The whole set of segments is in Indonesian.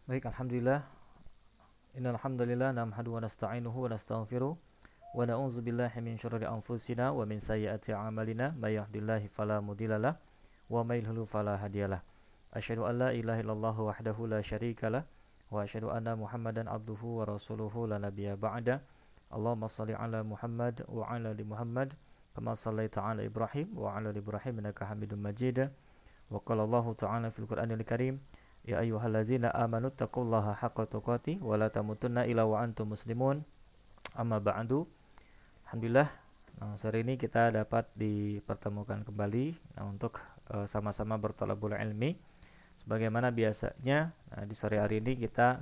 Baik, alhamdulillah. Innal hamdalillah nahmaduhu wa nasta'inuhu wa nastaghfiruh wa na'udzu billahi min syururi anfusina wa min sayyiati a'malina may yahdihillahu fala mudhillalah wa may yudhlil fala hadiyalah. Asyhadu an la ilaha illallah wahdahu la syarikalah wa asyhadu anna Muhammadan abduhu wa rasuluhu la nabiyya ba'da. Allahumma shalli ala Muhammad wa ala ali Muhammad kama shallaita ala Ibrahim wa ala ali Ibrahim innaka Hamidum Majid. Wa qala Allah ta'ala fil Qur'anil Karim, ya ayyuhallazina amanu taqullaha haqqa tuqatih wa la tamutunna illa wa antum muslimun. Amma ba'du. Alhamdulillah, sore ini kita dapat dipertemukan kembali untuk sama-sama berthalabul ilmi. Sebagaimana biasanya, di sore hari ini kita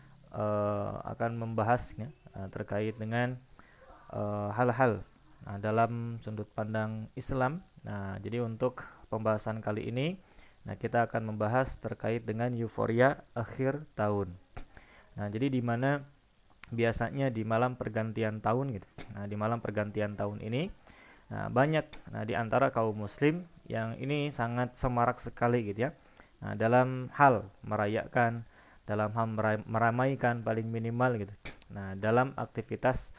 akan membahasnya terkait dengan hal-hal dalam sudut pandang Islam. Jadi untuk pembahasan kali ini, kita akan membahas terkait dengan euforia akhir tahun. Jadi di mana biasanya di malam pergantian tahun gitu. Di malam pergantian tahun ini, banyak di antara kaum muslim yang ini sangat semarak sekali gitu ya. Dalam hal merayakan, dalam hal meramaikan paling minimal gitu. Dalam aktivitas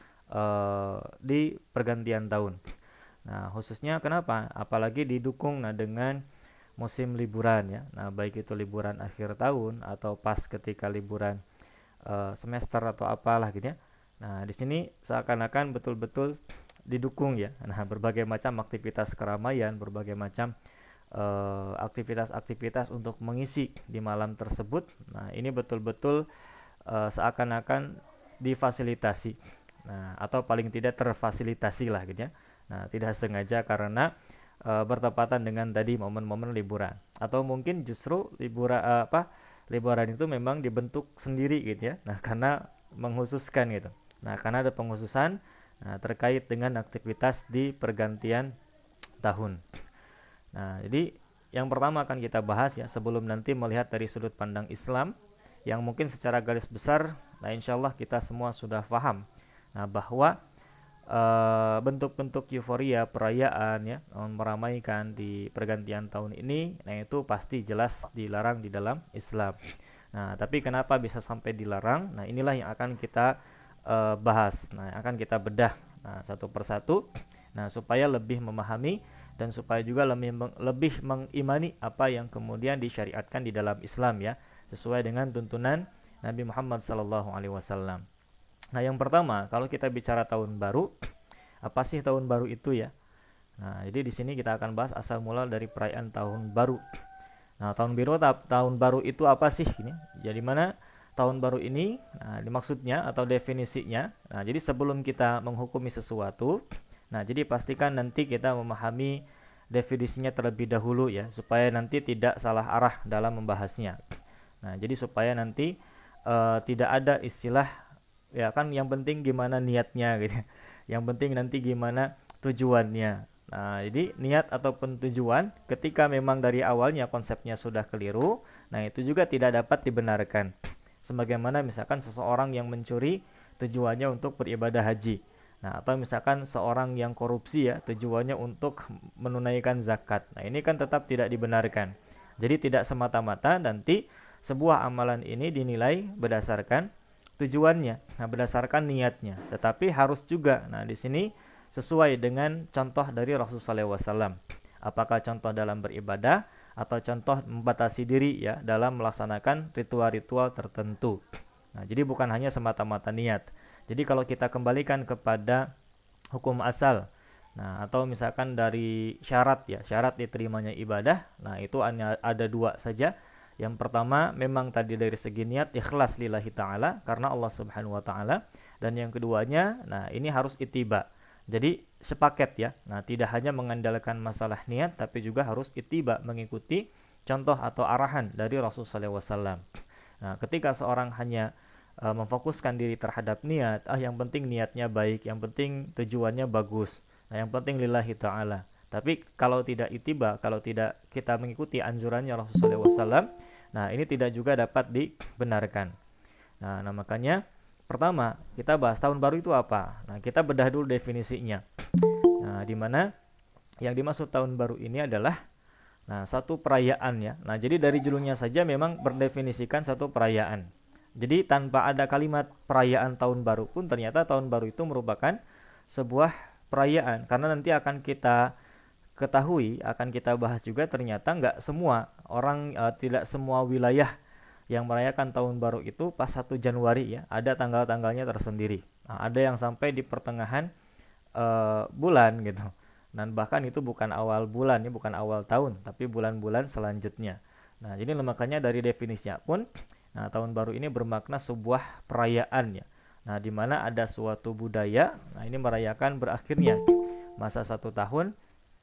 di pergantian tahun. Khususnya kenapa? Apalagi didukung dengan musim liburan ya. Baik itu liburan akhir tahun atau pas ketika liburan semester atau apalah gitu ya. Di sini seakan-akan betul-betul didukung ya. Berbagai macam aktivitas keramaian, berbagai macam aktivitas-aktivitas untuk mengisi di malam tersebut. Ini betul-betul seakan-akan difasilitasi. Atau paling tidak terfasilitasi lah gitu ya. Tidak sengaja karena bertepatan dengan tadi momen-momen liburan, atau mungkin justru liburan itu memang dibentuk sendiri gitu ya. Karena menghususkan gitu. Karena ada penghususan terkait dengan aktivitas di pergantian tahun. Jadi yang pertama akan kita bahas ya, sebelum nanti melihat dari sudut pandang Islam yang mungkin secara garis besar, insyaallah kita semua sudah paham bahwa bentuk-bentuk euforia perayaan ya, meramaikan di pergantian tahun ini, itu pasti jelas dilarang di dalam Islam. Tapi kenapa bisa sampai dilarang? Inilah yang akan kita bahas. Akan kita bedah satu persatu, supaya lebih memahami dan supaya juga lebih mengimani apa yang kemudian disyariatkan di dalam Islam ya, sesuai dengan tuntunan Nabi Muhammad SAW. Yang pertama, kalau kita bicara tahun baru, apa sih tahun baru itu ya? Jadi di sini kita akan bahas asal mula dari perayaan tahun baru. Tahun baru itu apa sih ini? Jadi mana tahun baru ini? Maksudnya atau definisinya. Jadi sebelum kita menghukumi sesuatu, jadi pastikan nanti kita memahami definisinya terlebih dahulu ya, supaya nanti tidak salah arah dalam membahasnya. Jadi supaya nanti tidak ada istilah ya kan, yang penting gimana niatnya gitu. Yang penting nanti gimana tujuannya. Jadi niat ataupun tujuan ketika memang dari awalnya konsepnya sudah keliru, itu juga tidak dapat dibenarkan. Sebagaimana misalkan seseorang yang mencuri tujuannya untuk beribadah haji. Atau misalkan seorang yang korupsi ya, tujuannya untuk menunaikan zakat. Ini kan tetap tidak dibenarkan. Jadi tidak semata-mata nanti sebuah amalan ini dinilai berdasarkan tujuannya, berdasarkan niatnya, tetapi harus juga di sini sesuai dengan contoh dari Rasulullah SAW. Apakah contoh dalam beribadah atau contoh membatasi diri ya dalam melaksanakan ritual-ritual tertentu. Jadi bukan hanya semata-mata niat. Jadi kalau kita kembalikan kepada hukum asal, atau misalkan dari syarat ya, syarat diterimanya ibadah, itu hanya ada dua saja. Yang pertama memang tadi dari segi niat ikhlas lillahi ta'ala karena Allah subhanahu wa ta'ala. Dan yang keduanya ini harus ittiba. Jadi sepaket ya. Tidak hanya mengandalkan masalah niat, tapi juga harus ittiba, mengikuti contoh atau arahan dari Rasulullah SAW. Ketika seorang hanya memfokuskan diri terhadap niat, yang penting niatnya baik, yang penting tujuannya bagus, yang penting lillahi ta'ala. Tapi kalau tidak ittiba, kalau tidak kita mengikuti anjurannya Rasulullah SAW, ini tidak juga dapat dibenarkan. Makanya pertama kita bahas tahun baru itu apa. Kita bedah dulu definisinya. Di mana yang dimaksud tahun baru ini adalah Nah, satu perayaan ya. Nah, jadi dari judulnya saja memang berdefinisikan satu perayaan. Jadi tanpa ada kalimat perayaan tahun baru pun ternyata tahun baru itu merupakan sebuah perayaan. Karena nanti akan kita ketahui, akan kita bahas juga ternyata nggak semua orang, tidak semua wilayah yang merayakan tahun baru itu pas 1 Januari ya. Ada tanggal-tanggalnya tersendiri. Nah, ada yang sampai di pertengahan bulan gitu. Dan bahkan itu bukan awal bulan ya, bukan awal tahun, tapi bulan-bulan selanjutnya. Nah, jadi makanya dari definisinya pun, nah tahun baru ini bermakna sebuah perayaan ya. Nah, di mana ada suatu budaya, nah ini merayakan berakhirnya masa 1 tahun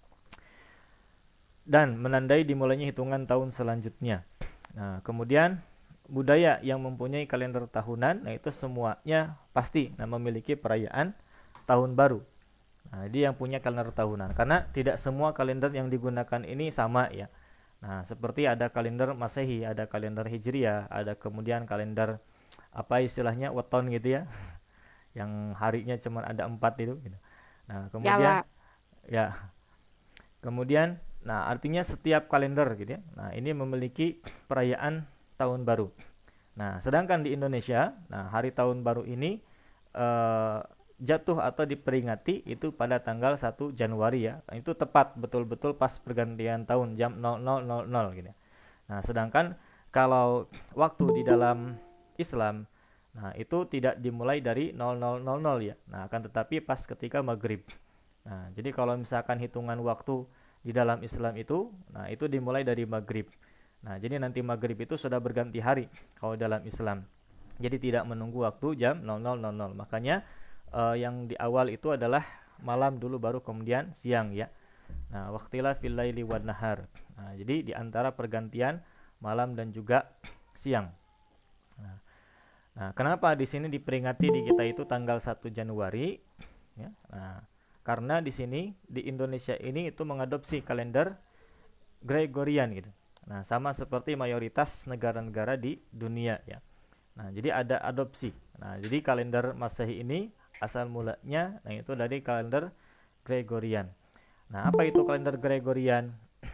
dan menandai dimulainya hitungan tahun selanjutnya. Nah, kemudian budaya yang mempunyai kalender tahunan, nah itu semuanya pasti memiliki perayaan tahun baru. Nah, jadi yang punya kalender tahunan, karena tidak semua kalender yang digunakan ini sama ya. Nah, seperti ada kalender Masehi, ada kalender Hijriah, ada kemudian kalender apa istilahnya weton gitu ya, yang harinya cuma ada 4 itu. Gitu. Nah, kemudian Jawa. ya, kemudian, nah artinya setiap kalender gitu ya. Nah, ini memiliki perayaan tahun baru. Nah, sedangkan di Indonesia, nah hari tahun baru ini eh, jatuh atau diperingati itu pada tanggal 1 Januari ya. Itu tepat betul-betul pas pergantian tahun jam 00.00 gitu. Nah, sedangkan kalau waktu di dalam Islam, nah itu tidak dimulai dari 00.00 ya. Nah, akan tetapi pas ketika maghrib. Nah, jadi kalau misalkan hitungan waktu di dalam Islam itu, nah itu dimulai dari maghrib. Nah, jadi nanti maghrib itu sudah berganti hari kalau dalam Islam. Jadi tidak menunggu waktu jam 00.00. Makanya yang di awal itu adalah malam dulu baru kemudian siang ya. Nah, waqtila fil laili wan nahar. Nah, jadi di antara pergantian malam dan juga siang. Nah, kenapa di sini diperingati di kita itu tanggal 1 Januari ya? Nah, karena di sini di Indonesia ini itu mengadopsi kalender Gregorian gitu. Nah, sama seperti mayoritas negara-negara di dunia ya. Nah, jadi ada adopsi. Nah, jadi kalender Masehi ini asal mulanya nah itu dari kalender Gregorian. Nah, apa itu kalender Gregorian?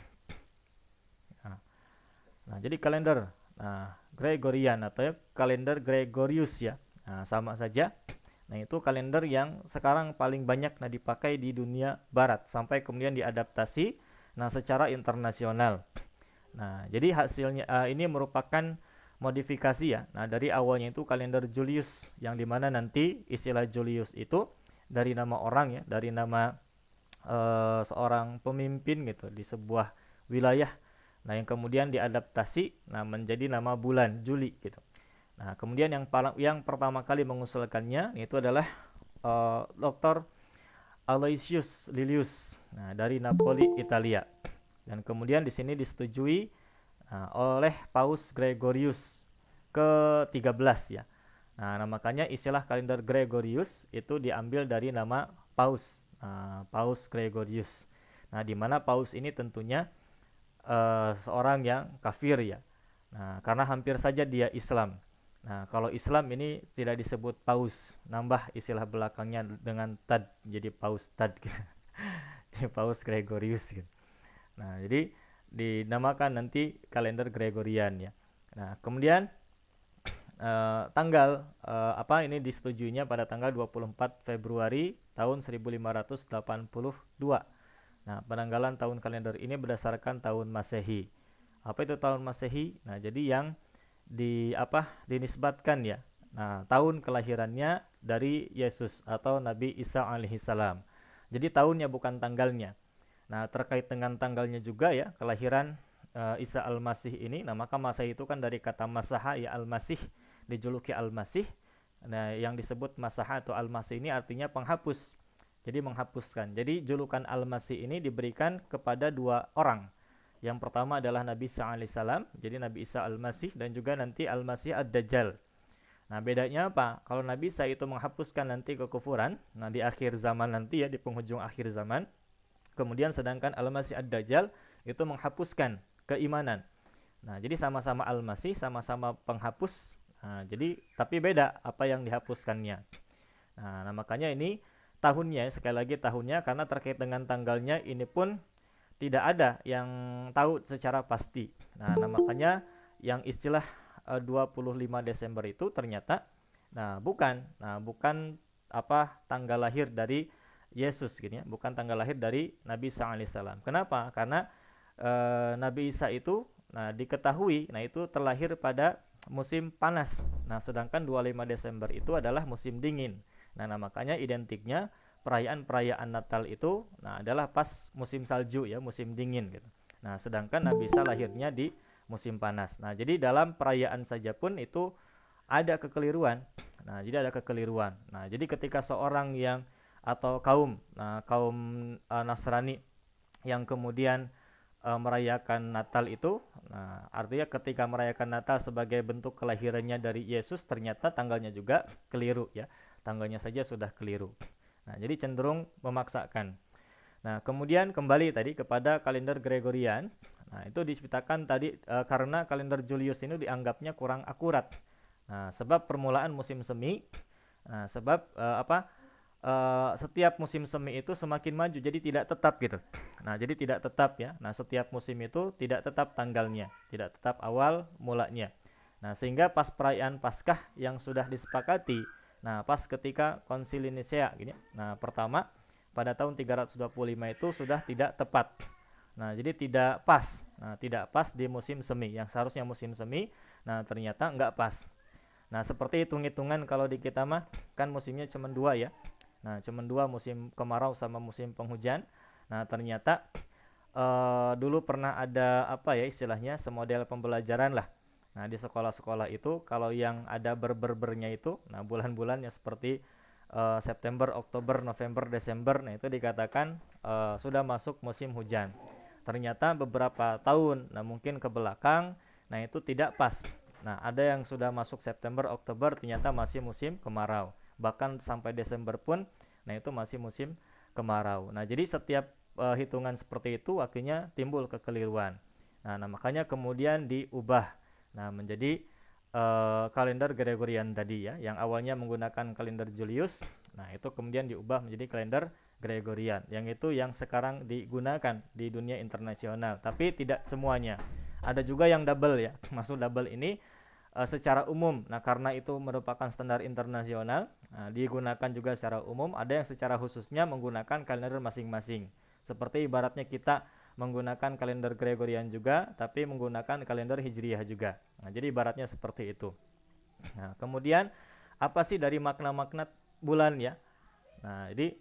Nah, jadi kalender Gregorian atau kalender Gregorius ya. Nah, sama saja. Nah, itu kalender yang sekarang paling banyak dipakai di dunia barat sampai kemudian diadaptasi secara internasional. Nah, jadi hasilnya ini merupakan modifikasi ya. Nah, dari awalnya itu kalender Julius yang dimana nanti istilah Julius itu dari nama orang ya, dari nama seorang pemimpin gitu di sebuah wilayah. Nah, yang kemudian diadaptasi menjadi nama bulan Juli gitu. Nah, kemudian yang pertama kali mengusulkannya itu adalah Dr. Aloysius Lilius. Nah, dari Napoli, Italia. Dan kemudian di sini disetujui oleh Paus Gregorius ke-13 ya. Nah, makanya istilah kalender Gregorius itu diambil dari nama Paus, Paus Gregorius. Nah, di mana Paus ini tentunya seorang yang kafir ya. Nah, karena hampir saja dia Islam. Nah, kalau Islam ini tidak disebut Paus, nambah istilah belakangnya dengan Tad, jadi Paus Tad gitu. Jadi Paus Gregorius gitu. Nah, jadi dinamakan nanti kalender Gregorian ya. Nah, kemudian tanggal apa ini disetujuinya pada tanggal 24 Februari tahun 1582. Nah, penanggalan tahun kalender ini berdasarkan tahun Masehi. Apa itu tahun Masehi? Nah, jadi yang dinisbatkan ya. Nah, tahun kelahirannya dari Yesus atau Nabi Isa alaihissalam. Jadi tahunnya bukan tanggalnya. Nah, terkait dengan tanggalnya juga ya, kelahiran Isa Al-Masih ini, nah maka Masehi itu kan dari kata Masaha ya Al-Masih, dijuluki Al-Masih. Nah, yang disebut Masaha atau Al-Masih ini artinya penghapus. Jadi menghapuskan. Jadi julukan Al-Masih ini diberikan kepada 2 orang. Yang pertama adalah Nabi Isa alaihissalam, jadi Nabi Isa Al-Masih, dan juga nanti Al-Masih Ad-Dajjal. Nah, bedanya apa? Kalau Nabi Isa itu menghapuskan nanti kekufuran, nah di akhir zaman nanti ya, di penghujung akhir zaman. Kemudian sedangkan Al-Masih Ad-Dajjal itu menghapuskan keimanan. Nah, jadi sama-sama Al-Masih, sama-sama penghapus. Nah, jadi tapi beda apa yang dihapuskannya. Nah, makanya ini tahunnya, sekali lagi tahunnya, karena terkait dengan tanggalnya ini pun tidak ada yang tahu secara pasti. Nah, makanya yang istilah 25 Desember itu ternyata bukan apa tanggal lahir dari Yesus gitu ya, bukan tanggal lahir dari Nabi Isa alaihissalam. Kenapa? Karena Nabi Isa itu diketahui itu terlahir pada musim panas. Nah, sedangkan 25 Desember itu adalah musim dingin. Makanya identiknya perayaan-perayaan Natal itu adalah pas musim salju ya, musim dingin gitu. Nah, sedangkan Nabi Isa lahirnya di musim panas. Nah, jadi dalam perayaan saja pun itu ada kekeliruan. Nah, jadi ketika seorang yang atau kaum Nasrani yang kemudian merayakan Natal itu, artinya ketika merayakan Natal sebagai bentuk kelahirannya dari Yesus, ternyata tanggalnya juga keliru ya. Tanggalnya saja sudah keliru. Nah, jadi cenderung memaksakan. Nah, kemudian kembali tadi kepada kalender Gregorian. Nah, itu diceritakan tadi karena kalender Julius ini dianggapnya kurang akurat. Nah, sebab permulaan musim semi, setiap musim semi itu semakin maju, jadi tidak tetap gitu. Nah, jadi tidak tetap ya. Nah, setiap musim itu tidak tetap tanggalnya, tidak tetap awal mulanya. Nah, sehingga pas perayaan Paskah yang sudah disepakati, pas ketika Konsili Nisea gini. Nah, pertama pada tahun 325 itu sudah tidak tepat. Nah, jadi tidak pas. Nah, tidak pas di musim semi yang seharusnya musim semi. Nah, ternyata enggak pas. Nah, seperti hitung-hitungan kalau di kita mah kan musimnya cuma dua ya. Nah, cuma dua, musim kemarau sama musim penghujan. Nah, ternyata dulu pernah ada apa ya istilahnya semodel pembelajaran lah. Nah, di sekolah-sekolah itu kalau yang ada berbernya itu, bulan-bulannya seperti September, Oktober, November, Desember, itu dikatakan sudah masuk musim hujan. Ternyata beberapa tahun, mungkin ke belakang, itu tidak pas. Nah, ada yang sudah masuk September, Oktober, ternyata masih musim kemarau. Bahkan sampai Desember pun, itu masih musim kemarau. Nah, jadi setiap hitungan seperti itu akhirnya timbul kekeliruan. Nah, makanya kemudian diubah. Nah, menjadi kalender Gregorian tadi ya, yang awalnya menggunakan kalender Julius. Nah, itu kemudian diubah menjadi kalender Gregorian, yang itu yang sekarang digunakan di dunia internasional. Tapi tidak semuanya. Ada juga yang double ya. Maksud double ini secara umum. Nah, karena itu merupakan standar internasional, digunakan juga secara umum. Ada yang secara khususnya menggunakan kalender masing-masing. Seperti ibaratnya kita menggunakan kalender Gregorian juga, tapi menggunakan kalender Hijriyah juga. Nah, jadi ibaratnya seperti itu. Nah, kemudian apa sih dari makna-makna bulan ya? Nah, jadi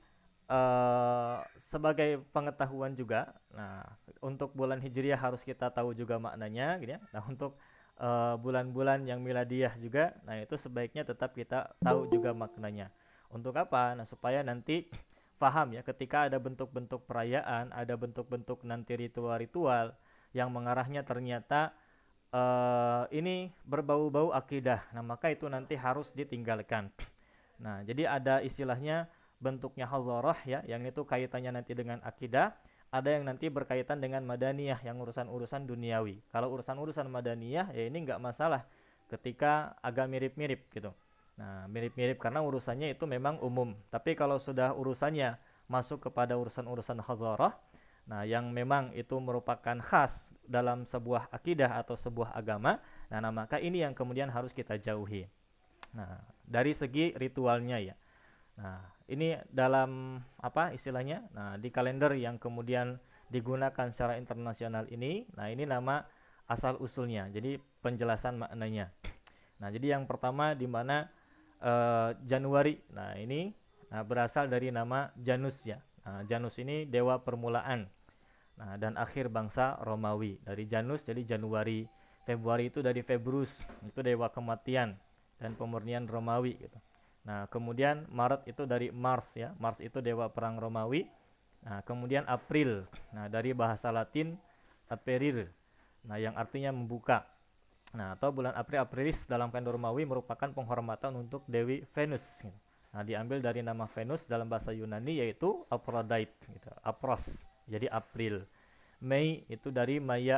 sebagai pengetahuan juga, untuk bulan Hijriyah harus kita tahu juga maknanya, gitu ya. Nah, untuk bulan-bulan yang miladiyah juga, itu sebaiknya tetap kita tahu juga maknanya. Untuk apa? Nah, supaya nanti paham ya, ketika ada bentuk-bentuk perayaan, ada bentuk-bentuk nanti ritual-ritual yang mengarahnya ternyata ini berbau-bau akidah. Nah, maka itu nanti harus ditinggalkan. Nah, jadi ada istilahnya bentuknya hadharah ya, yang itu kaitannya nanti dengan akidah. Ada yang nanti berkaitan dengan madaniyah, yang urusan-urusan duniawi. Kalau urusan-urusan madaniyah ya ini enggak masalah ketika agak mirip-mirip gitu. Nah, mirip-mirip karena urusannya itu memang umum. Tapi kalau sudah urusannya masuk kepada urusan-urusan hadharah, yang memang itu merupakan khas dalam sebuah akidah atau sebuah agama, maka ini yang kemudian harus kita jauhi. Nah, dari segi ritualnya ya. Nah, ini dalam apa istilahnya? Nah, di kalender yang kemudian digunakan secara internasional ini, ini nama asal usulnya. Jadi penjelasan maknanya. Nah, jadi yang pertama di mana Januari. Nah, ini berasal dari nama Janus ya. Nah, Janus ini dewa permulaan. Nah, dan akhir bangsa Romawi. Dari Janus jadi Januari. Februari itu dari Februs, itu dewa kematian dan pemurnian Romawi gitu. Nah, kemudian Maret itu dari Mars ya. Mars itu dewa perang Romawi. Nah, kemudian April. Nah, dari bahasa Latin aperir. Nah, yang artinya membuka. Nah, atau bulan April, Aprilis dalam kalender Romawi merupakan penghormatan untuk Dewi Venus. Nah, diambil dari nama Venus dalam bahasa Yunani yaitu Aphrodite gitu. Apros. Jadi April. Mei itu dari Maya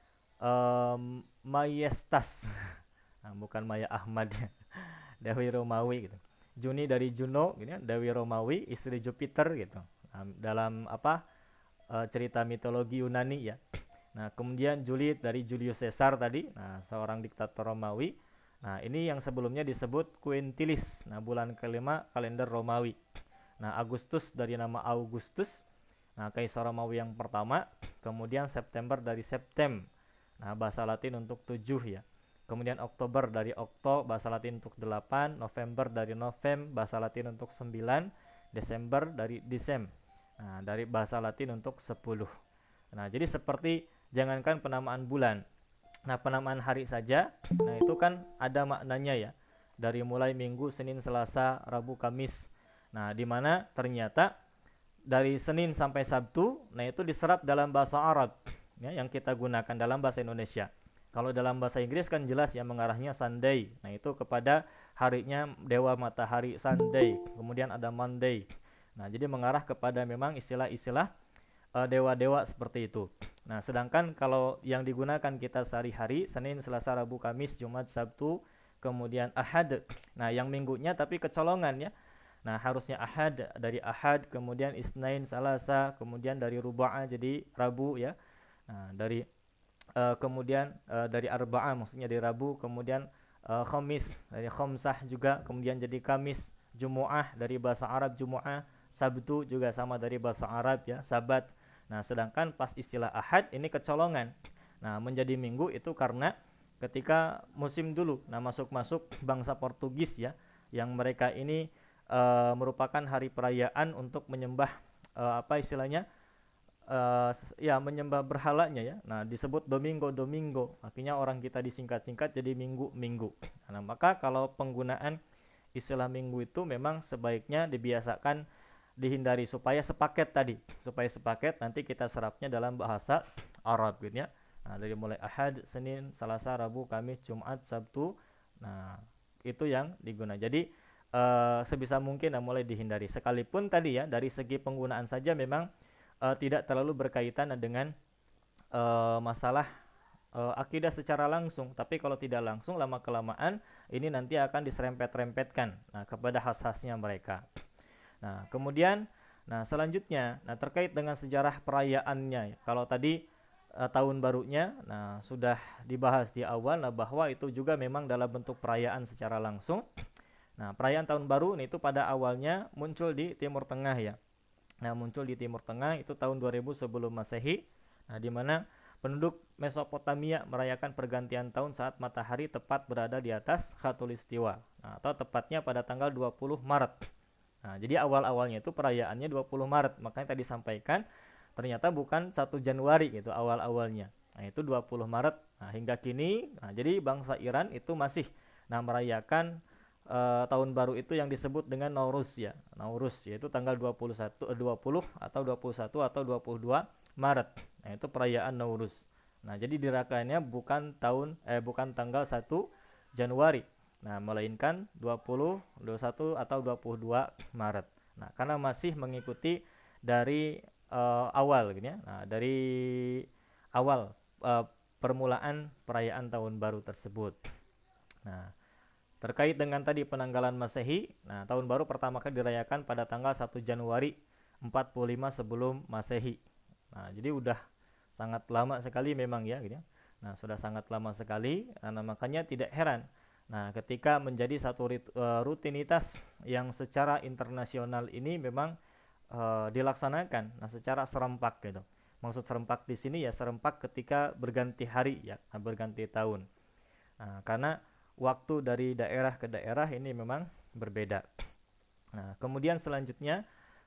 Majestas. Nah, bukan Maya Ahmad ya. Dewi Romawi gitu. Juni dari Juno gitu ya, Dewi Romawi, istri Jupiter gitu. Nah, dalam apa? cerita mitologi Yunani ya. Nah, kemudian Juli dari Julius Caesar tadi, nah seorang diktator Romawi. Nah, ini yang sebelumnya disebut Quintilis. Nah, bulan kelima kalender Romawi. Nah, Agustus dari nama Augustus. Nah, Kaisar Romawi yang pertama. Kemudian September dari Septem. Nah, bahasa Latin untuk 7 ya. Kemudian Oktober dari Okto, bahasa Latin untuk 8. November dari Novem, bahasa Latin untuk 9. Desember dari Decem. Nah, dari bahasa Latin untuk 10. Nah, jadi seperti jangankan penamaan bulan. Nah, penamaan hari saja, nah itu kan ada maknanya ya. Dari mulai Minggu, Senin, Selasa, Rabu, Kamis. Nah, di mana ternyata dari Senin sampai Sabtu, nah itu diserap dalam bahasa Arab ya, yang kita gunakan dalam bahasa Indonesia. Kalau dalam bahasa Inggris kan jelas ya mengarahnya Sunday. Nah, itu kepada harinya dewa matahari Sunday. Kemudian ada Monday. Nah, jadi mengarah kepada memang istilah-istilah dewa-dewa seperti itu. Nah, sedangkan kalau yang digunakan kita sehari-hari, Senin, Selasa, Rabu, Kamis, Jumat, Sabtu, kemudian Ahad. Nah, yang minggunya tapi kecolongan ya. Nah, harusnya Ahad, dari Ahad, kemudian Isnain, Salasa, kemudian dari Ruba'ah jadi Rabu ya. Nah, kemudian dari Arba'ah maksudnya dari Rabu, kemudian Khamis dari Khamsah juga, kemudian jadi Kamis, Jumu'ah dari bahasa Arab Jumu'ah, Sabtu juga sama dari bahasa Arab ya, Sabat. Nah, sedangkan pas istilah Ahad ini kecolongan. Nah, menjadi Minggu itu karena ketika musim dulu, nah masuk bangsa Portugis ya, yang mereka ini merupakan hari perayaan untuk menyembah apa istilahnya? Ya menyembah berhalanya ya. Nah, disebut Domingo Domingo. Akhirnya orang kita disingkat-singkat jadi Minggu Minggu. Nah, maka kalau penggunaan istilah Minggu itu memang sebaiknya dibiasakan dihindari supaya sepaket tadi. Supaya sepaket nanti kita serapnya dalam bahasa Arab gitu ya. Nah, dari mulai Ahad, Senin, Selasa, Rabu, Kamis, Jumat, Sabtu. Nah, itu yang digunakan. Jadi sebisa mungkin mulai dihindari. Sekalipun tadi ya dari segi penggunaan saja memang tidak terlalu berkaitan dengan masalah akidah secara langsung, tapi kalau tidak langsung lama kelamaan ini nanti akan diserempet-rempetkan kepada khas-khasnya mereka. Nah, kemudian selanjutnya terkait dengan sejarah perayaannya ya. Kalau tadi tahun barunya sudah dibahas di awal bahwa itu juga memang dalam bentuk perayaan secara langsung. Nah, perayaan tahun baru itu pada awalnya muncul di Timur Tengah ya. Nah, muncul di Timur Tengah itu tahun 2000 sebelum Masehi. Nah, di mana penduduk Mesopotamia merayakan pergantian tahun saat matahari tepat berada di atas Khatulistiwa. Nah, atau tepatnya pada tanggal 20 Maret. Nah, jadi awal-awalnya itu perayaannya 20 Maret. Makanya tadi sampaikan ternyata bukan 1 Januari gitu awal-awalnya. Nah, itu 20 Maret. Nah, hingga kini, jadi bangsa Iran itu masih merayakan tahun baru itu yang disebut dengan Nauruz ya. Nauruz yaitu tanggal 20 atau 21 atau 22 Maret. Nah, itu perayaan Nauruz. Nah, jadi dirayakannya bukan tanggal 1 Januari. Nah, melainkan 20, 21 atau 22 Maret. Nah, karena masih mengikuti dari awal gitu ya. Nah, dari awal permulaan perayaan tahun baru tersebut. Nah, terkait dengan tadi penanggalan Masehi, nah tahun baru pertama kali dirayakan pada tanggal 1 Januari 45 sebelum Masehi. Nah, jadi udah sangat lama sekali memang ya gitu ya. Nah, sudah sangat lama sekali. Nah, makanya tidak heran. Nah, ketika menjadi satu rutinitas yang secara internasional ini memang dilaksanakan secara serempak gitu. Maksud serempak di sini ya serempak ketika berganti hari ya, berganti tahun. Nah, karena waktu dari daerah ke daerah ini memang berbeda. Nah, kemudian selanjutnya,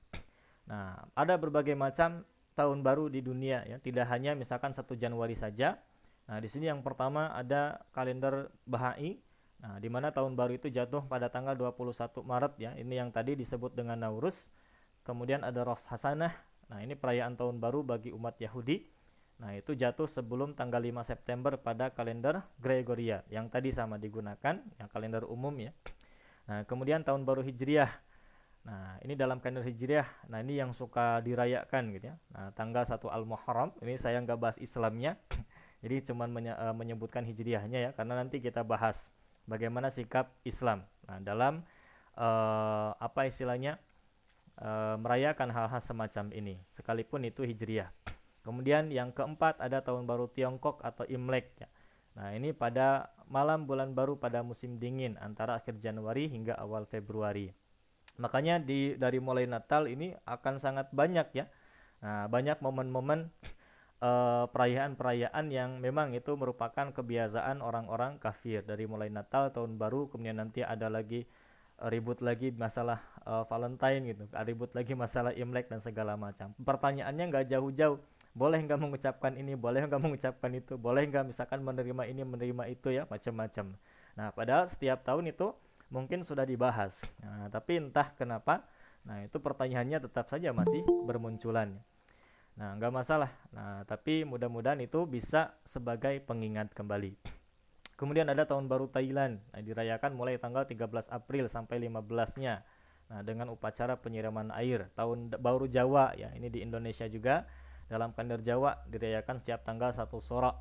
ada berbagai macam tahun baru di dunia ya, tidak hanya misalkan 1 Januari saja. Nah, di sini yang pertama ada kalender Bahai. Nah, di mana tahun baru itu jatuh pada tanggal 21 Maret ya. Ini yang tadi disebut dengan Nauruz. Kemudian ada Rosh Hasanah. Nah, ini perayaan tahun baru bagi umat Yahudi. Nah, itu jatuh sebelum tanggal 5 September pada kalender Gregoria yang tadi sama digunakan, yang kalender umum ya. Nah, kemudian tahun baru Hijriah. Nah, ini dalam kalender Hijriah. Nah, ini yang suka dirayakan gitu ya. Nah, tanggal 1 Al-Muharram. Ini saya nggak bahas Islamnya. Jadi cuman menyebutkan Hijriahnya ya, karena nanti kita bahas bagaimana sikap Islam. Nah, dalam apa istilahnya? merayakan hal-hal semacam ini, sekalipun itu hijriyah. Kemudian yang keempat ada tahun baru Tiongkok atau Imlek ya. Nah, ini pada malam bulan baru pada musim dingin antara akhir Januari hingga awal Februari. Makanya dari mulai Natal ini akan sangat banyak ya. Nah, banyak momen-momen perayaan-perayaan yang memang itu merupakan kebiasaan orang-orang kafir. Dari mulai Natal, tahun baru, kemudian nanti ada lagi ribut lagi masalah Valentine gitu, ribut lagi masalah Imlek dan segala macam. Pertanyaannya nggak jauh-jauh, boleh nggak mengucapkan ini, boleh nggak mengucapkan itu, boleh nggak misalkan menerima ini, menerima itu ya, macam-macam. Nah, padahal setiap tahun itu mungkin sudah dibahas. Nah, tapi entah kenapa, nah itu pertanyaannya tetap saja masih bermunculan. Nah, nggak masalah. Nah, tapi mudah-mudahan itu bisa sebagai pengingat kembali. Kemudian ada tahun baru Thailand. Nah, dirayakan mulai tanggal 13 April sampai 15-nya. Nah, dengan upacara penyiraman air. Tahun baru Jawa ya, ini di Indonesia juga. Dalam kalender Jawa dirayakan setiap tanggal 1 Soro.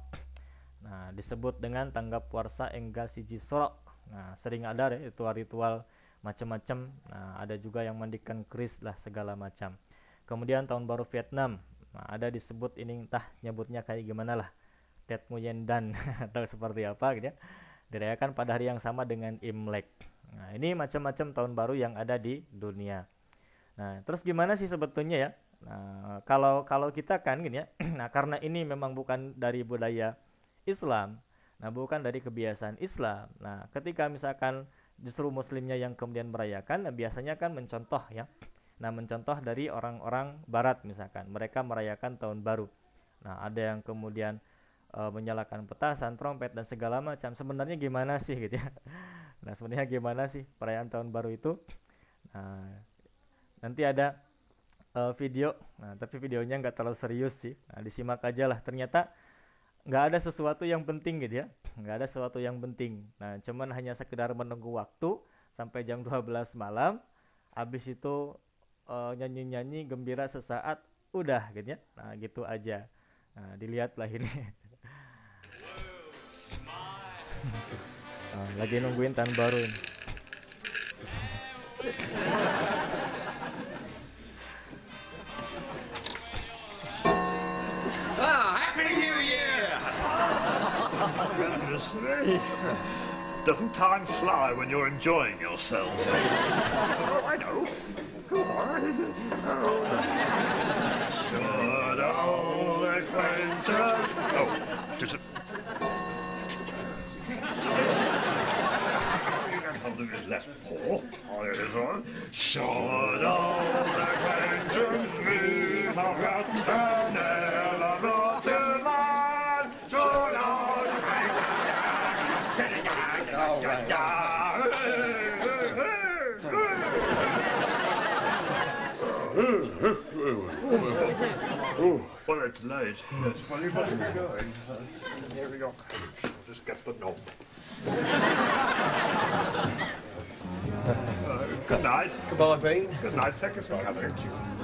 Nah, disebut dengan tanggap puasa Enggal Siji Soro. Nah, sering ada ya ritual-ritual macam-macam. Nah, ada juga yang mandikan keris lah segala macam. Kemudian tahun baru Vietnam. Nah, ada disebut ini entah nyebutnya kayak gimana lah. Tet Nguyen Dan atau seperti apa gitu ya. Dirayakan pada hari yang sama dengan Imlek. Nah, ini macam-macam tahun baru yang ada di dunia. Nah, terus gimana sih sebetulnya ya? Nah, kalau kita kan gini ya. Nah, karena ini memang bukan dari budaya Islam. Nah, bukan dari kebiasaan Islam. Nah, ketika misalkan justru muslimnya yang kemudian merayakan, nah biasanya kan mencontoh ya. Nah, mencontoh dari orang-orang barat misalkan, mereka merayakan tahun baru. Nah, ada yang kemudian menyalakan petasan, trompet dan segala macam. Sebenarnya gimana sih gitu ya? Nah, sebenarnya gimana sih perayaan tahun baru itu? Nah, nanti ada video. Nah, tapi videonya nggak terlalu serius sih. Nah, disimak aja lah. Ternyata nggak ada sesuatu yang penting gitu ya. Nggak ada sesuatu yang penting. Nah, cuman hanya sekedar menunggu waktu sampai jam 12 malam. Habis itu nyanyi-nyanyi gembira sesaat udah gitu ya. Nah, gitu aja. Nah, dilihatlah ini. Nah, lagi nungguin tahun baru ini. Happy New Year! Goodness me. Doesn't time fly when you're enjoying yourself? Oh, I know. Go on. Should old acquaintance... Oh, does it... Hold of his left paw. There it is on. Should old acquaintance be forgot and never brought to mind? Should old acquaintance... All right. Well, it's late. Yes, well, you must be going. Here we go. I'll just get the knob. Good night. Goodbye, Bean. Good night. Take us some cover.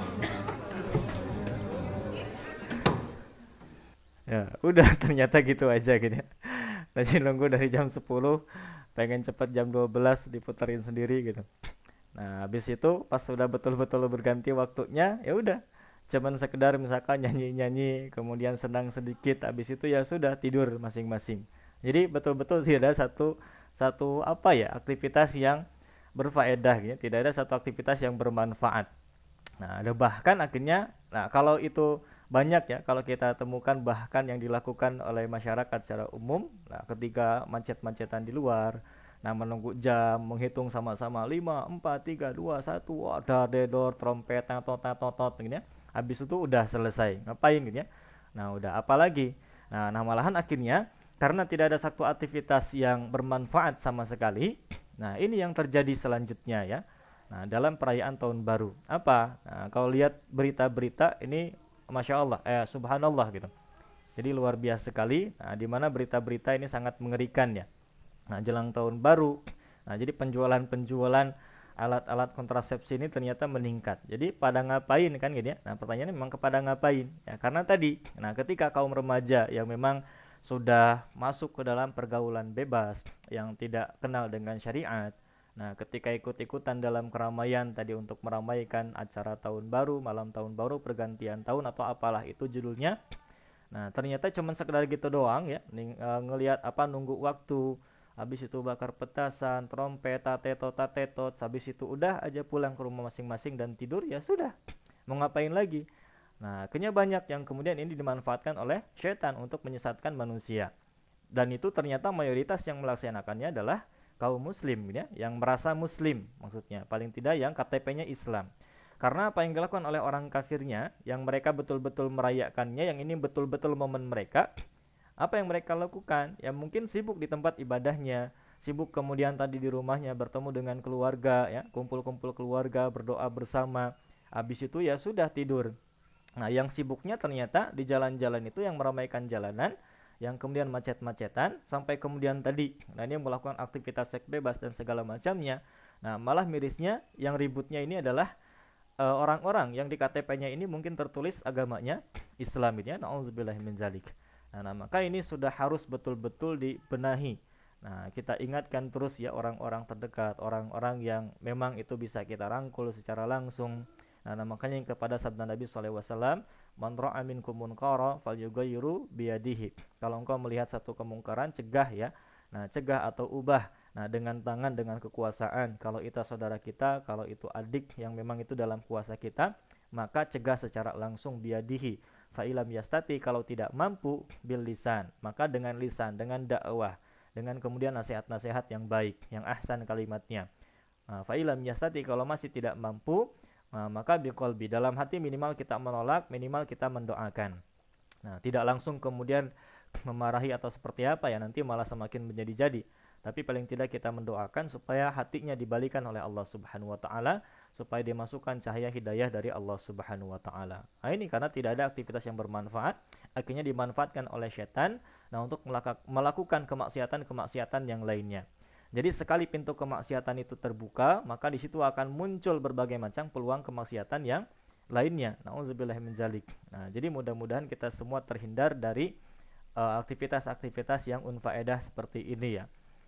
Ya, udah ternyata gitu aja gitu ya. Tadi nunggu dari jam 10, pengen cepet jam 12 diputerin sendiri gitu. Nah, habis itu pas sudah betul-betul berganti waktunya, ya udah. Cuman sekedar misalkan nyanyi-nyanyi, kemudian senang sedikit, habis itu ya sudah tidur masing-masing. Jadi betul-betul tidak ada satu apa ya, aktivitas yang berfaedah gitu. Tidak ada satu aktivitas yang bermanfaat. Nah, ada bahkan akhirnya, nah kalau itu banyak ya, kalau kita temukan bahkan yang dilakukan oleh masyarakat secara umum, nah ketika macet-macetan di luar, nah menunggu jam, menghitung sama-sama 5, 4, 3, 2, 1, ada dedor, trompet, tot gitu ya. Habis itu udah selesai, ngapain gitu ya. Nah, udah apalagi. Nah, malahan akhirnya karena tidak ada satu aktivitas yang bermanfaat sama sekali. Nah, ini yang terjadi selanjutnya ya. Nah, dalam perayaan tahun baru. Apa? Nah, kalau lihat berita-berita ini Masya Allah, Subhanallah gitu. Jadi luar biasa sekali. Nah, di mana berita-berita ini sangat mengerikan ya. Nah, jelang tahun baru. Nah, jadi penjualan alat-alat kontrasepsi ini ternyata meningkat. Jadi pada ngapain kan gitu ya. Nah, pertanyaannya memang kepada ngapain? Ya, karena tadi, nah ketika kaum remaja yang memang sudah masuk ke dalam pergaulan bebas yang tidak kenal dengan syariat, Nah, ketika ikut-ikutan dalam keramaian tadi untuk meramaikan acara tahun baru, malam tahun baru, pergantian tahun atau apalah itu judulnya. Nah, ternyata cuma sekedar gitu doang ya, ngelihat apa nunggu waktu, habis itu bakar petasan, trompet, tatetot, habis itu udah aja pulang ke rumah masing-masing dan tidur ya sudah. Mau ngapain lagi? Nah, akhirnya banyak yang kemudian ini dimanfaatkan oleh setan untuk menyesatkan manusia. Dan itu ternyata mayoritas yang melaksanakannya adalah kaum muslim ya, yang merasa muslim maksudnya, paling tidak yang KTP-nya Islam. Karena apa yang dilakukan oleh orang kafirnya, yang mereka betul-betul merayakannya, yang ini betul-betul momen mereka, apa yang mereka lakukan? Ya mungkin sibuk di tempat ibadahnya, sibuk kemudian tadi di rumahnya bertemu dengan keluarga, ya kumpul-kumpul keluarga, berdoa bersama. Habis itu ya sudah tidur. Nah, yang sibuknya ternyata di jalan-jalan itu yang meramaikan jalanan, yang kemudian macet-macetan, sampai kemudian tadi, nah ini melakukan aktivitas seks bebas dan segala macamnya. Nah, malah mirisnya yang ributnya ini adalah orang-orang yang di KTP-nya ini mungkin tertulis agamanya Islam ini ya, na'udzubillahi min dzalik. Nah, maka ini sudah harus betul-betul dibenahi. Nah, kita ingatkan terus ya orang-orang terdekat, orang-orang yang memang itu bisa kita rangkul secara langsung. Nah, makanya kepada sabda Nabi SAW, man ra'a minkum munkara falyughayyiru biyadihi. Kalau engkau melihat satu kemungkaran, cegah ya. Nah, cegah atau ubah. Nah, dengan tangan, dengan kekuasaan. Kalau itu saudara kita, kalau itu adik yang memang itu dalam kuasa kita, maka cegah secara langsung biyadihi. Fa'ilam yastati, kalau tidak mampu bil lisan, maka dengan lisan, dengan dakwah, dengan kemudian nasihat-nasihat yang baik, yang ahsan kalimatnya. Fa'ilam yastati, kalau masih tidak mampu, maka biqalbi, dalam hati minimal kita menolak, minimal kita mendoakan. Nah, tidak langsung kemudian memarahi atau seperti apa ya, nanti malah semakin menjadi-jadi. Tapi paling tidak kita mendoakan supaya hatinya dibalikan oleh Allah Subhanahu wa taala, supaya dimasukkan cahaya hidayah dari Allah Subhanahu wa taala. Nah, ini karena tidak ada aktivitas yang bermanfaat, akhirnya dimanfaatkan oleh setan untuk melakukan kemaksiatan-kemaksiatan yang lainnya. Jadi sekali pintu kemaksiatan itu terbuka, maka di situ akan muncul berbagai macam peluang kemaksiatan yang lainnya. Nauzubillahi min dzalik. Nah, jadi mudah-mudahan kita semua terhindar dari aktivitas-aktivitas yang unfaedah seperti ini ya.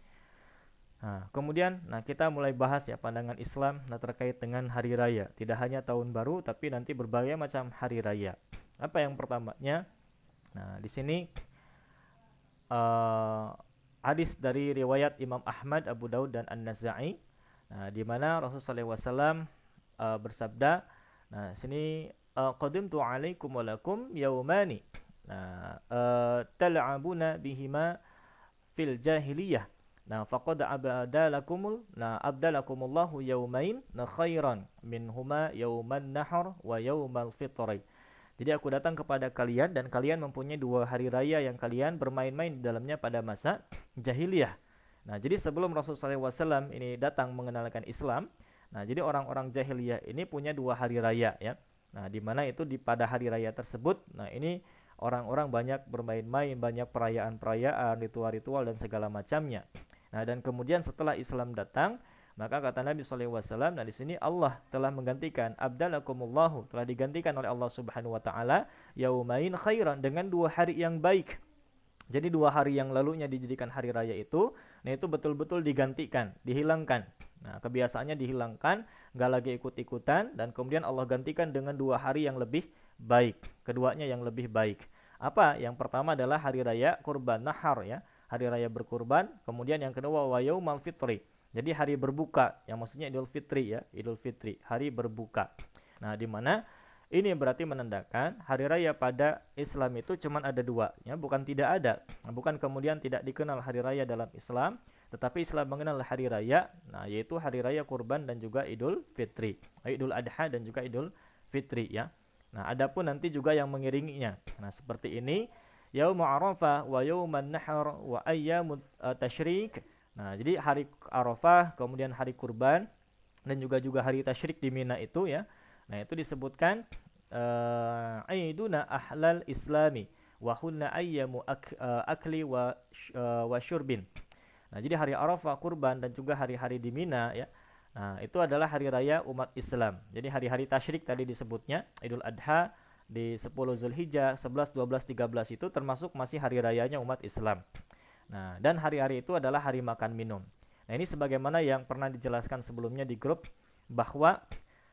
Nah, kemudian kita mulai bahas ya pandangan Islam terkait dengan hari raya. Tidak hanya tahun baru tapi nanti berbagai macam hari raya. Apa yang pertamanya? Nah, di sini hadis dari riwayat Imam Ahmad, Abu Daud dan An-Nasa'i. Nah, di mana Rasulullah SAW bersabda, nah sini qadimtu alaikum wa lakum yaumani. Nah, tal'abuna bihima fil jahiliyah. Nah, faqad abdalakumullahu yaumain khairan minhuma yauman nahar wa yaumal fitri. Jadi aku datang kepada kalian dan kalian mempunyai 2 hari raya yang kalian bermain-main di dalamnya pada masa jahiliyah. Nah, jadi sebelum Rasulullah SAW ini datang mengenalkan Islam, nah jadi orang-orang jahiliyah ini punya 2 hari raya ya. Nah, di mana itu pada hari raya tersebut, nah ini orang-orang banyak bermain-main, banyak perayaan-perayaan, ritual-ritual dan segala macamnya. Nah, dan kemudian setelah Islam datang, maka kata Nabi SAW, nah di sini Allah telah menggantikan, abdalakumullahu, telah digantikan oleh Allah Subhanahu Wa Taala yaumain khairan, dengan 2 hari yang baik. Jadi 2 hari yang lalunya dijadikan hari raya itu, nah itu betul-betul digantikan, dihilangkan. Nah, kebiasaannya dihilangkan, nggak lagi ikut-ikutan, dan kemudian Allah gantikan dengan 2 hari yang lebih baik. Keduanya yang lebih baik. Apa? Yang pertama adalah hari raya kurban nahar ya, hari raya berkurban. Kemudian yang kedua wa yaumal fitri. Jadi hari berbuka, yang maksudnya Idul Fitri ya, Idul Fitri, hari berbuka. Nah, di mana ini berarti menandakan hari raya pada Islam itu cuma ada 2, ya, bukan tidak ada. Bukan kemudian tidak dikenal hari raya dalam Islam, tetapi Islam mengenal hari raya, nah yaitu hari raya kurban dan juga Idul Fitri, Idul Adha dan juga Idul Fitri ya. Nah, adapun nanti juga yang mengiringinya. Nah, seperti ini, Yaum Arafah wa Yauman Nahar wa Ayyamut Tasyrik. Nah, jadi hari Arafah, kemudian hari kurban dan juga hari tasyrik di Mina itu ya. Nah, itu disebutkan Aiduna ahlal islami wa hunna ayyamu akli wa syurbin. Nah, jadi hari Arafah, kurban dan juga hari-hari di Mina ya. Nah, itu adalah hari raya umat Islam. Jadi hari-hari tasyrik tadi disebutnya Idul Adha di 10 Zulhijjah, 11, 12, 13 itu termasuk masih hari rayanya umat Islam. Nah, dan hari-hari itu adalah hari makan minum. Nah, ini sebagaimana yang pernah dijelaskan sebelumnya di grup, bahwa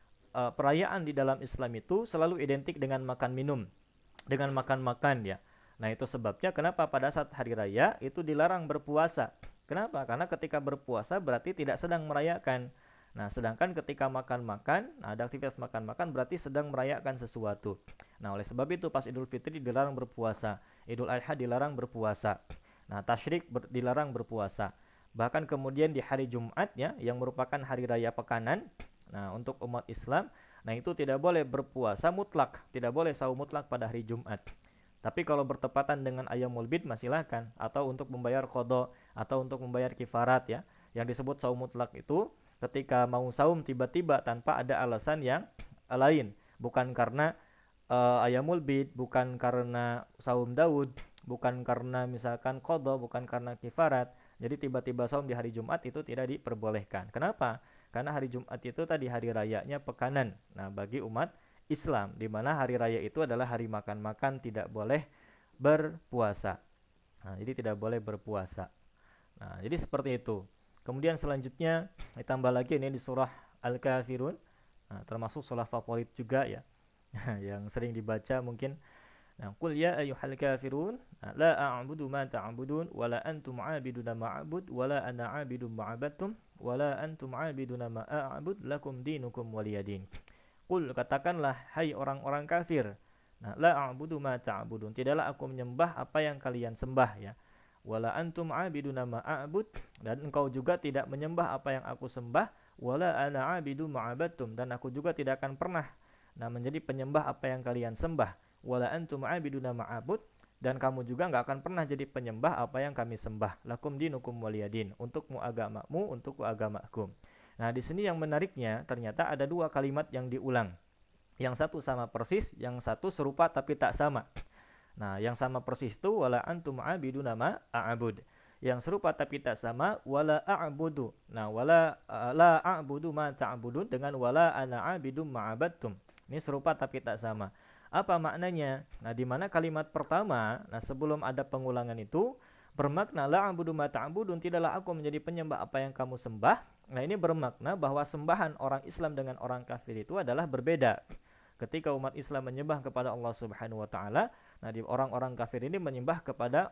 perayaan di dalam Islam itu selalu identik dengan makan minum, dengan makan-makan ya. Nah, itu sebabnya kenapa pada saat hari raya itu dilarang berpuasa. Kenapa? Karena ketika berpuasa berarti tidak sedang merayakan. Nah, sedangkan ketika makan-makan, nah, ada aktivitas makan-makan berarti sedang merayakan sesuatu. Nah, oleh sebab itu pas Idul Fitri dilarang berpuasa, Idul Adha dilarang berpuasa. Nah, tasyrik dilarang berpuasa. Bahkan kemudian di hari Jumat ya, yang merupakan hari raya pekanan, nah untuk umat Islam, nah itu tidak boleh berpuasa mutlak, tidak boleh saum mutlak pada hari Jumat. Tapi kalau bertepatan dengan Ayyamul Bid silahkan, atau untuk membayar qadha atau untuk membayar kifarat ya. Yang disebut saum mutlak itu ketika mau saum tiba-tiba tanpa ada alasan yang lain, bukan karena Ayyamul Bid, bukan karena saum Daud, bukan karena misalkan qadha, bukan karena kifarat. Jadi tiba-tiba saum di hari Jumat itu tidak diperbolehkan. Kenapa? Karena hari Jumat itu tadi hari rayanya pekanan. Nah, bagi umat Islam, di mana hari raya itu adalah hari makan-makan, tidak boleh berpuasa. Nah, jadi tidak boleh berpuasa. Nah, jadi seperti itu. Kemudian selanjutnya ditambah lagi ini di surah Al-Kafirun. Nah, termasuk surah favorit juga ya. Yang sering dibaca mungkin. Nah, qul ya ayyuhal kafirun la a'budu ma ta'budun wala antum 'abiduna ma a'bud wala ana 'abidun ma 'abadtum wala antum 'abiduna ma a'bud lakum dinukum waliyadin. Qul, katakanlah hai orang-orang kafir. Nah, la a'budu ma ta'budun, tidaklah aku menyembah apa yang kalian sembah ya. Wala antum 'abiduna ma a'bud, dan engkau juga tidak menyembah apa yang aku sembah. Wala ana 'abidu ma 'abadtum, dan aku juga tidak akan pernah menjadi penyembah apa yang kalian sembah. Wala antum 'abiduna ma'abud, dan kamu juga enggak akan pernah jadi penyembah apa yang kami sembah. Lakum dinukum waliyadin, untukmu agamamu, untukku agamaku. Nah, di sini yang menariknya ternyata ada dua kalimat yang diulang. Yang satu sama persis, yang satu serupa tapi tak sama. Nah, yang sama persis itu wala antum 'abiduna ma'abud. Yang serupa tapi tak sama wala a'budu. Nah, wala la a'budu ma ta'budun dengan wala ana 'abidum ma'abadtum. Ini serupa tapi tak sama. Apa maknanya? Nah, di mana kalimat pertama, nah sebelum ada pengulangan itu bermakna la a'budu ma ta'budun, tidaklah aku menjadi penyembah apa yang kamu sembah. Nah, ini bermakna bahwa sembahan orang Islam dengan orang kafir itu adalah berbeda. Ketika umat Islam menyembah kepada Allah Subhanahu wa taala, nah di orang-orang kafir ini menyembah kepada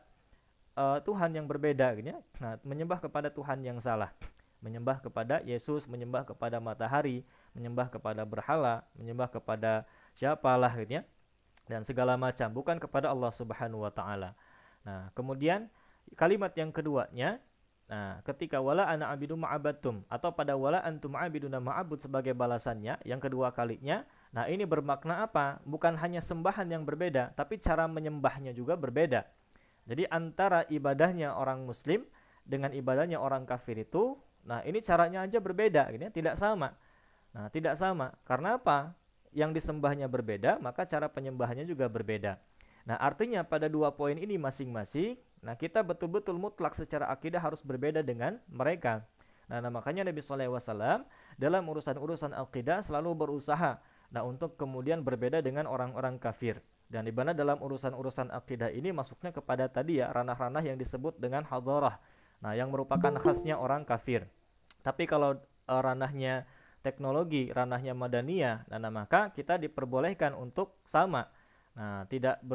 Tuhan yang berbeda gitu ya. Nah, menyembah kepada Tuhan yang salah. Menyembah kepada Yesus, menyembah kepada matahari, menyembah kepada berhala, menyembah kepada siapalah gitu ya, dan segala macam, bukan kepada Allah Subhanahu wa taala. Nah, kemudian kalimat yang keduanya, nah ketika wala ana abidu ma'abadtum atau pada wala antum abiduna ma'abud sebagai balasannya, yang kedua kalinya, nah ini bermakna apa? Bukan hanya sembahan yang berbeda, tapi cara menyembahnya juga berbeda. Jadi antara ibadahnya orang muslim dengan ibadahnya orang kafir itu, nah ini caranya aja berbeda gitu ya, tidak sama. Nah, tidak sama. Karena apa? Yang disembahnya berbeda, maka cara penyembahannya juga berbeda. Nah, artinya pada dua poin ini masing-masing, nah kita betul-betul mutlak secara akidah harus berbeda dengan mereka. Nah, makanya Nabi SAW dalam urusan-urusan akidah selalu berusaha untuk kemudian berbeda dengan orang-orang kafir. Dan di mana dalam urusan-urusan akidah ini masuknya kepada tadi ya, ranah-ranah yang disebut dengan hadarah. Nah, yang merupakan khasnya orang kafir. Tapi kalau ranahnya teknologi, ranahnya madaniyah, nah maka kita diperbolehkan untuk sama. Nah,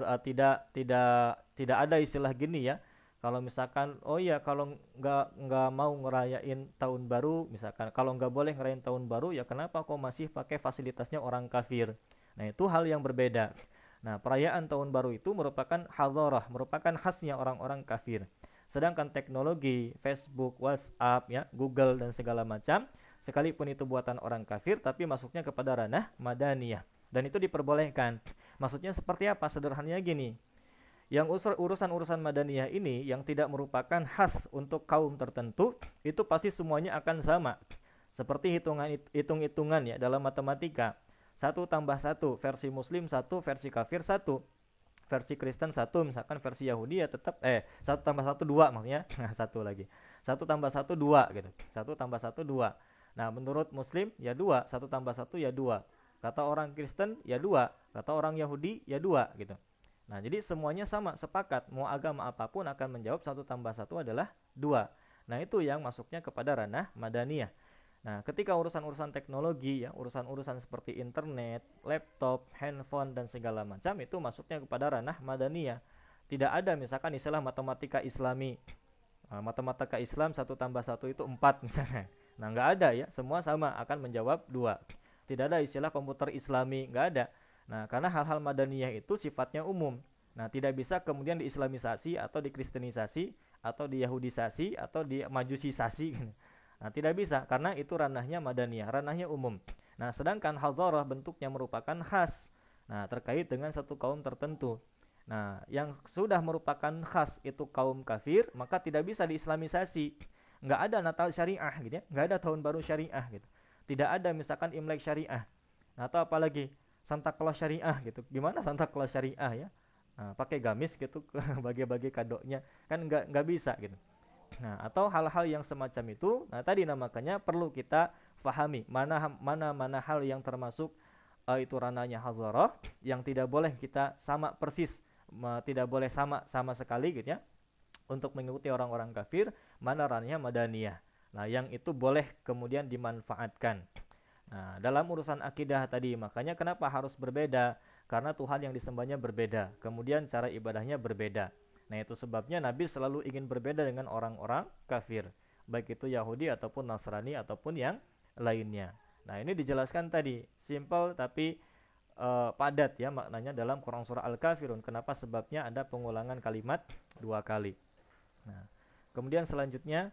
tidak ada istilah gini ya. Kalau misalkan kalau nggak mau ngerayain tahun baru, misalkan kalau nggak boleh ngerayain tahun baru, ya kenapa kok masih pakai fasilitasnya orang kafir? Nah, itu hal yang berbeda. Nah, perayaan tahun baru itu merupakan hadarah, merupakan khasnya orang-orang kafir. Sedangkan teknologi, Facebook, WhatsApp, ya, Google dan segala macam, sekalipun itu buatan orang kafir, tapi masuknya kepada ranah madaniyah. Dan itu diperbolehkan. Maksudnya seperti apa? Sederhananya gini. Yang urusan-urusan madaniyah ini yang tidak merupakan khas untuk kaum tertentu, itu pasti semuanya akan sama. Seperti hitung-hitungan ya dalam matematika. 1 tambah 1, versi muslim 1, versi kafir 1. Versi Kristen 1, misalkan versi Yahudi ya tetap 1 tambah 1 2 maksudnya. Nah, 1 lagi. 1 tambah 1 2 gitu. 1 tambah 1 2. Nah, menurut muslim ya 2, 1 tambah 1 ya 2. Kata orang Kristen ya 2, kata orang Yahudi ya 2 gitu. Nah, jadi semuanya sama, sepakat. Mau agama apapun akan menjawab 1 tambah 1 adalah 2. Nah, itu yang masuknya kepada ranah madaniyah. Nah, ketika urusan-urusan teknologi ya, urusan-urusan seperti internet, laptop, handphone dan segala macam itu masuknya kepada ranah madaniyah. Tidak ada misalkan istilah matematika Islami. Matematika Islam 1+1 itu 4 misalnya. Nah, nggak ada ya, semua sama akan menjawab 2. Tidak ada istilah komputer Islami, nggak ada. Nah, karena hal-hal madaniyah itu sifatnya umum. Nah, tidak bisa kemudian diislamisasi atau dikristenisasi atau diyahudisasi atau dimajusisasi gitu. Nah, tidak bisa karena itu ranahnya madaniyah, ranahnya umum. Nah, sedangkan hadharah bentuknya merupakan khas. Nah, terkait dengan satu kaum tertentu. Nah, yang sudah merupakan khas itu kaum kafir, maka tidak bisa diislamisasi. Nggak ada Natal syariah gitu ya, nggak ada tahun baru syariah gitu. Tidak ada misalkan Imlek syariah. Nah, atau apalagi Santa Claus syariah gitu. Gimana Santa Claus syariah ya? Nah, pakai gamis gitu bagi-bagi kadonya kan nggak bisa gitu. Nah, atau hal-hal yang semacam itu. Nah, tadi makanya perlu kita fahami mana hal yang termasuk itu ranahnya hadharah yang tidak boleh kita sama persis, tidak boleh sama sekali gitu ya. Untuk mengikuti orang-orang kafir, mana ranahnya madaniyah. Nah, yang itu boleh kemudian dimanfaatkan. Nah, dalam urusan akidah tadi, makanya kenapa harus berbeda? Karena Tuhan yang disembahnya berbeda, kemudian cara ibadahnya berbeda. Nah, itu sebabnya Nabi selalu ingin berbeda dengan orang-orang kafir, baik itu Yahudi ataupun Nasrani ataupun yang lainnya. Nah, ini dijelaskan tadi, simple tapi padat ya maknanya dalam Quran surah Al-Kafirun. Kenapa? Sebabnya ada pengulangan kalimat 2 kali. Nah, kemudian selanjutnya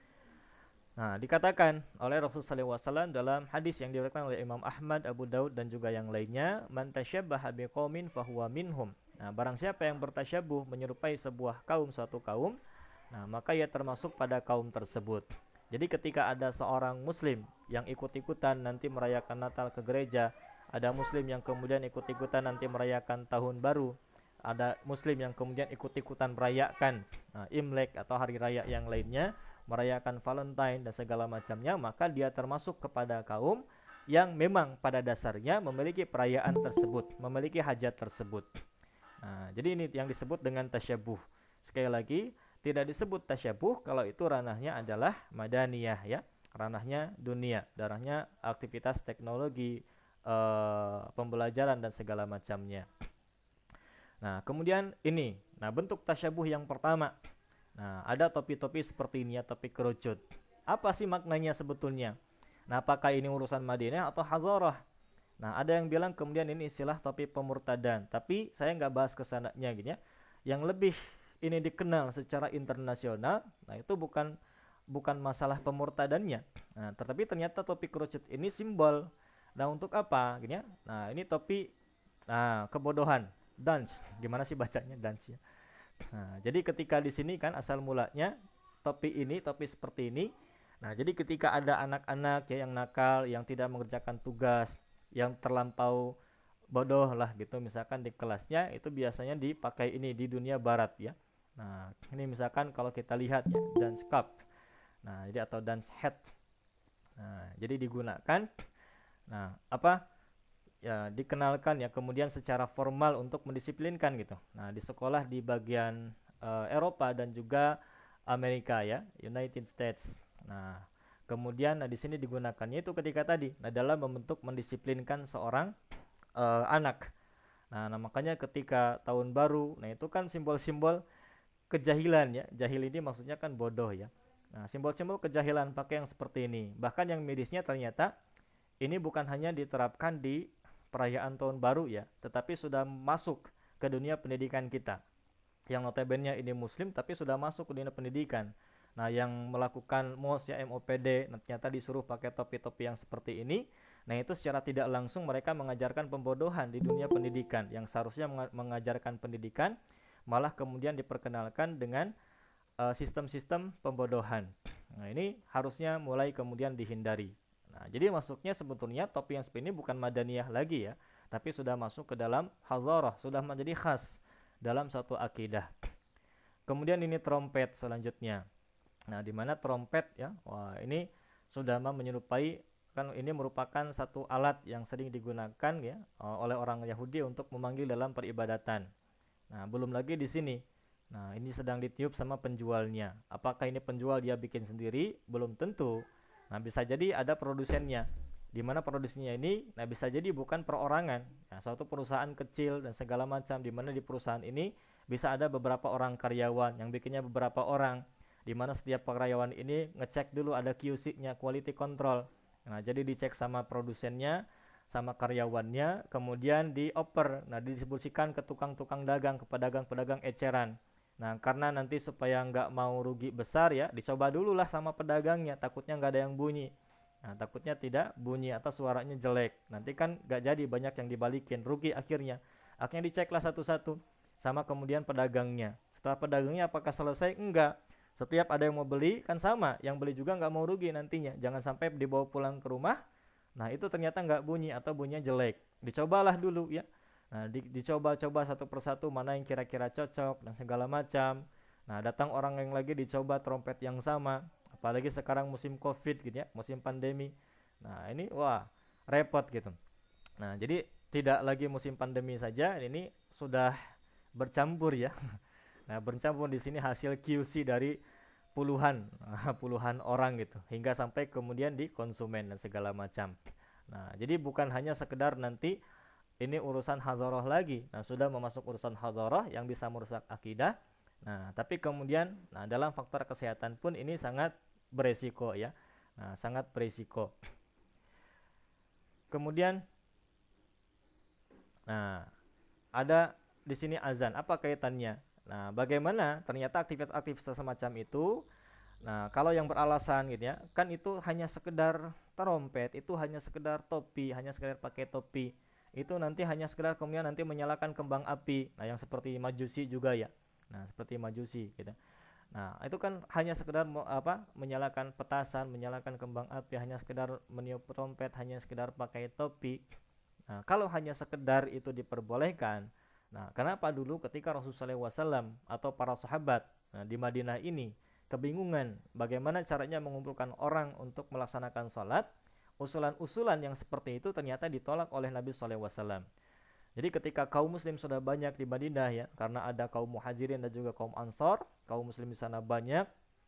dikatakan oleh Rasulullah SAW dalam hadis yang diriwayatkan oleh Imam Ahmad, Abu Daud dan juga yang lainnya, man tasyabbaha biqaumin fahuwa minhum. Nah, barang siapa yang bertasyabuh menyerupai sebuah kaum, suatu kaum, nah maka ia termasuk pada kaum tersebut. Jadi ketika ada seorang muslim yang ikut-ikutan nanti merayakan Natal ke gereja, ada muslim yang kemudian ikut-ikutan nanti merayakan tahun baru, ada muslim yang kemudian ikut-ikutan merayakan Imlek atau hari raya yang lainnya, merayakan Valentine dan segala macamnya, maka dia termasuk kepada kaum yang memang pada dasarnya memiliki perayaan tersebut, memiliki hajat tersebut. Nah, jadi ini yang disebut dengan tasyabuh. Sekali lagi, tidak disebut tasyabuh kalau itu ranahnya adalah madaniyah ya, ranahnya dunia, ranahnya aktivitas teknologi, pembelajaran dan segala macamnya. Nah, kemudian ini, bentuk tasyabuh yang pertama. Nah, ada topi-topi seperti ini ya, topi kerucut. Apa sih maknanya sebetulnya? Nah, apakah ini urusan Madinah atau hadharah? Nah, ada yang bilang kemudian ini istilah topi pemurtadan, tapi saya nggak bahas kesananya gitu ya. Yang lebih ini dikenal secara internasional, nah itu bukan masalah pemurtadannya. Nah, tetapi ternyata topi kerucut ini simbol. Nah, untuk apa gitu ya? Nah, ini topi kebodohan, dance. Gimana sih bacanya dance ya? Nah, jadi ketika di sini kan asal mulanya topi seperti ini. Nah, jadi ketika ada anak-anak ya yang nakal, yang tidak mengerjakan tugas, yang terlampau bodoh lah gitu misalkan di kelasnya, itu biasanya dipakai ini di dunia barat ya. Nah, ini misalkan kalau kita lihat ya, dance cap. Nah, jadi atau dance hat. Nah, jadi digunakan ya dikenalkan ya kemudian secara formal untuk mendisiplinkan gitu. Nah, di sekolah di bagian Eropa dan juga Amerika ya, United States. Nah, kemudian di sini digunakannya itu ketika tadi dalam membentuk mendisiplinkan seorang anak. Nah, makanya ketika tahun baru, nah itu kan simbol-simbol kejahilan ya. Jahil ini maksudnya kan bodoh ya. Nah, simbol-simbol kejahilan pakai yang seperti ini. Bahkan yang medisnya ternyata ini bukan hanya diterapkan di perayaan tahun baru ya, tetapi sudah masuk ke dunia pendidikan kita. Yang notabene ini muslim tapi sudah masuk ke dunia pendidikan. Nah, yang melakukan MOS ya, MOPD, ternyata disuruh pakai topi-topi yang seperti ini. Nah, itu secara tidak langsung mereka mengajarkan pembodohan di dunia pendidikan. Yang seharusnya mengajarkan pendidikan, malah kemudian diperkenalkan dengan sistem-sistem pembodohan. Nah, ini harusnya mulai kemudian dihindari. Nah, jadi masuknya sebetulnya topi yang seperti ini bukan madaniyah lagi ya, tapi sudah masuk ke dalam hadharah, sudah menjadi khas dalam satu akidah. Kemudian ini trompet selanjutnya. Nah, di mana trompet ya, wah ini sudah menyerupai, kan ini merupakan satu alat yang sering digunakan ya oleh orang Yahudi untuk memanggil dalam peribadatan. Nah, belum lagi di sini. Nah, ini sedang ditiup sama penjualnya. Apakah ini penjual dia bikin sendiri? Belum tentu. Nah, bisa jadi ada produsennya. Di mana produksinya ini, nah bisa jadi bukan perorangan. Nah, suatu perusahaan kecil dan segala macam, di mana di perusahaan ini bisa ada beberapa orang karyawan yang bikinnya beberapa orang. Di mana setiap karyawan ini ngecek dulu ada QC-nya, quality control. Nah, jadi dicek sama produsennya, sama karyawannya, kemudian dioper. Nah, didistribusikan ke tukang-tukang dagang, ke pedagang-pedagang eceran. Nah, karena nanti supaya nggak mau rugi besar ya, dicoba dulu lah sama pedagangnya, takutnya nggak ada yang bunyi. Nah, takutnya tidak bunyi atau suaranya jelek. Nanti kan nggak jadi, banyak yang dibalikin, rugi akhirnya. Akhirnya diceklah satu-satu sama kemudian pedagangnya. Setelah pedagangnya apakah selesai? Enggak. Setiap ada yang mau beli kan sama, yang beli juga nggak mau rugi nantinya. Jangan sampai dibawa pulang ke rumah. Nah, itu ternyata nggak bunyi atau bunyinya jelek. Dicobalah dulu ya. Nah, dicoba-coba satu persatu mana yang kira-kira cocok dan segala macam. Nah, datang orang yang lagi dicoba trompet yang sama. Apalagi sekarang musim Covid gitu ya, musim pandemi. Nah, ini wah, repot gitu. Nah, jadi tidak lagi musim pandemi saja, ini sudah bercampur ya. Nah, bercampur di sini hasil QC dari puluhan puluhan orang gitu, hingga sampai kemudian di konsumen dan segala macam. Nah, jadi bukan hanya sekedar nanti ini urusan hadharah lagi. Nah, sudah memasuk urusan hadharah yang bisa merusak akidah. Nah, tapi kemudian dalam faktor kesehatan pun ini sangat beresiko ya. Nah, sangat beresiko. Kemudian ada di sini azan. Apa kaitannya? Nah, bagaimana ternyata aktivitas-aktivitas semacam itu. Nah, kalau yang beralasan gitu ya, kan itu hanya sekedar trompet, itu hanya sekedar topi, hanya sekedar pakai topi. Itu nanti hanya sekedar kemudian nanti menyalakan kembang api. Nah, yang seperti majusi juga ya. Nah, seperti majusi gitu. Nah, itu kan hanya sekedar menyalakan petasan, menyalakan kembang api, hanya sekedar meniup trompet, hanya sekedar pakai topi. Nah, kalau hanya sekedar itu diperbolehkan. Nah, kenapa dulu ketika Rasulullah SAW atau para sahabat di Madinah ini kebingungan bagaimana caranya mengumpulkan orang untuk melaksanakan sholat, usulan-usulan yang seperti itu ternyata ditolak oleh Nabi SAW. Jadi ketika kaum muslim sudah banyak di Madinah ya, karena ada kaum muhajirin dan juga kaum ansor, kaum muslim di sana banyak,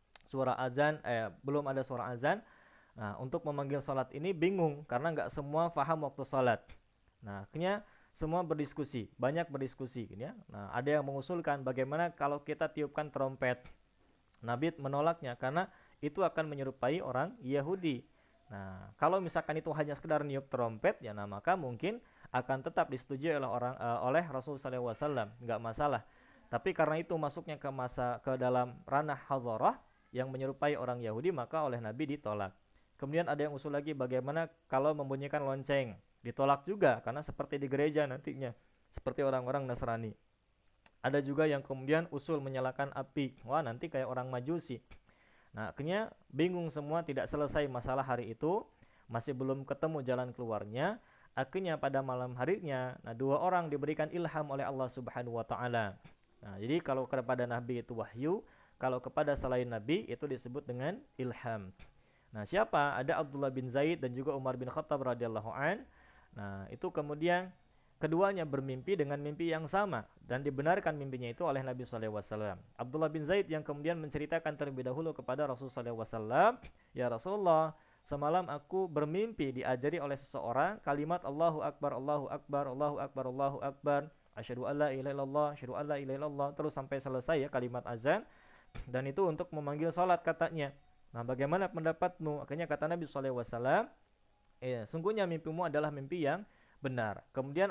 belum ada suara azan. Nah, untuk memanggil sholat ini bingung karena nggak semua faham waktu sholat. Nah, akhirnya semua berdiskusi, banyak berdiskusi ya. Nah, ada yang mengusulkan bagaimana kalau kita tiupkan trompet. Nabi menolaknya karena itu akan menyerupai orang Yahudi. Nah, kalau misalkan itu hanya sekedar niup trompet ya, nah maka mungkin akan tetap disetujui oleh Rasulullah SAW, nggak masalah. Tapi karena itu masuknya ke dalam ranah hadharah yang menyerupai orang Yahudi, maka oleh Nabi ditolak. Kemudian ada yang usul lagi bagaimana kalau membunyikan lonceng, ditolak juga karena seperti di gereja nantinya, seperti orang-orang Nasrani. Ada juga yang kemudian usul menyalakan api, wah nanti kayak orang Majusi. Nah, akhirnya bingung semua, tidak selesai masalah hari itu, masih belum ketemu jalan keluarnya. Akhirnya pada malam harinya, dua orang diberikan ilham oleh Allah Subhanahu wa taala. Nah, jadi kalau kepada Nabi itu wahyu, kalau kepada selain Nabi itu disebut dengan ilham. Nah, siapa? Ada Abdullah bin Zaid dan juga Umar bin Khattab radhiyallahu an. Nah, itu kemudian keduanya bermimpi dengan mimpi yang sama dan dibenarkan mimpinya itu oleh Nabi SAW. Abdullah bin Zaid yang kemudian menceritakan terlebih dahulu kepada Rasulullah SAW, ya Rasulullah, semalam aku bermimpi diajari oleh seseorang kalimat Allahu Akbar, Allahu Akbar, Allahu Akbar, Allahu Akbar, asyhadu alla ilaha illallah, asyhadu alla ilaha illallah, terus sampai selesai ya kalimat azan, dan itu untuk memanggil salat katanya. Nah, bagaimana pendapatmu? Akhirnya kata Nabi SAW, sungguhnya mimpimu adalah mimpi yang benar. Kemudian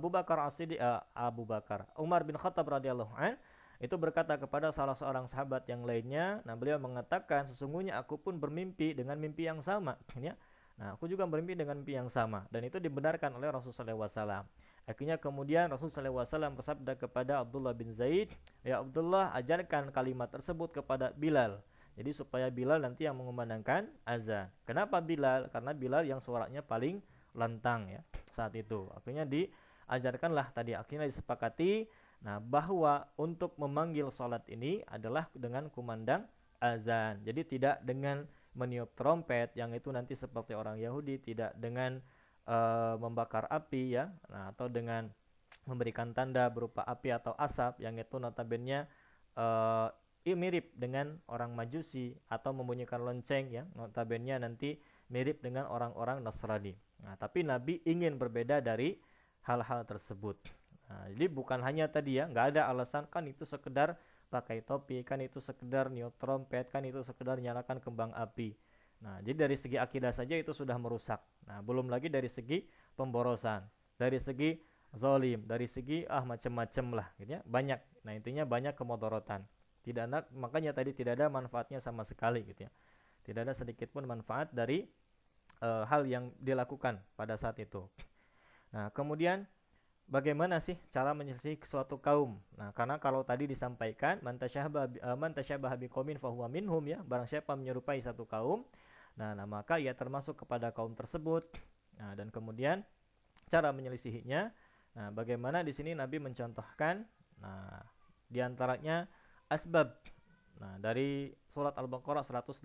Umar bin Khattab radhiyallahu an itu berkata kepada salah seorang sahabat yang lainnya. Nah, beliau mengatakan sesungguhnya aku pun bermimpi dengan mimpi yang sama ya. Nah, aku juga bermimpi dengan mimpi yang sama dan itu dibenarkan oleh Rasulullah SAW. Akhirnya kemudian Rasulullah SAW bersabda kepada Abdullah bin Zaid, ya Abdullah, ajarkan kalimat tersebut kepada Bilal. Jadi supaya Bilal nanti yang mengumandangkan azan. Kenapa Bilal? Karena Bilal yang suaranya paling lantang ya saat itu. Akhirnya diajarkanlah tadi, akhirnya disepakati bahwa untuk memanggil sholat ini adalah dengan kumandang azan. Jadi tidak dengan meniup trompet yang itu nanti seperti orang Yahudi, tidak dengan membakar api ya, atau dengan memberikan tanda berupa api atau asap yang itu notabene mirip dengan orang Majusi atau membunyikan lonceng ya, notabene nanti mirip dengan orang-orang Nasrani. Nah, tapi Nabi ingin berbeda dari hal-hal tersebut. Nah, jadi bukan hanya tadi ya, nggak ada alasan kan itu sekedar pakai topi, kan itu sekedar niup trompet, kan itu sekedar nyalakan kembang api. Nah, jadi dari segi akidah saja itu sudah merusak. Nah, belum lagi dari segi pemborosan, dari segi zalim, dari segi macam-macam lah gitu ya. Banyak. Nah, intinya banyak kemudorotan. Tidak ada, makanya tadi tidak ada manfaatnya sama sekali gitu ya. Tidak ada sedikit pun manfaat dari hal yang dilakukan pada saat itu. Nah, kemudian bagaimana sih cara menyelesaikan suatu kaum? Nah, karena kalau tadi disampaikan man tasyabaha biqaumin fahuwa minhum ya, barang siapa menyerupai satu kaum, nah maka ia termasuk kepada kaum tersebut. Nah, dan kemudian cara menyelisihinya, nah bagaimana di sini Nabi mencontohkan, nah di antaranya asbab. Nah, dari surat Al-Baqarah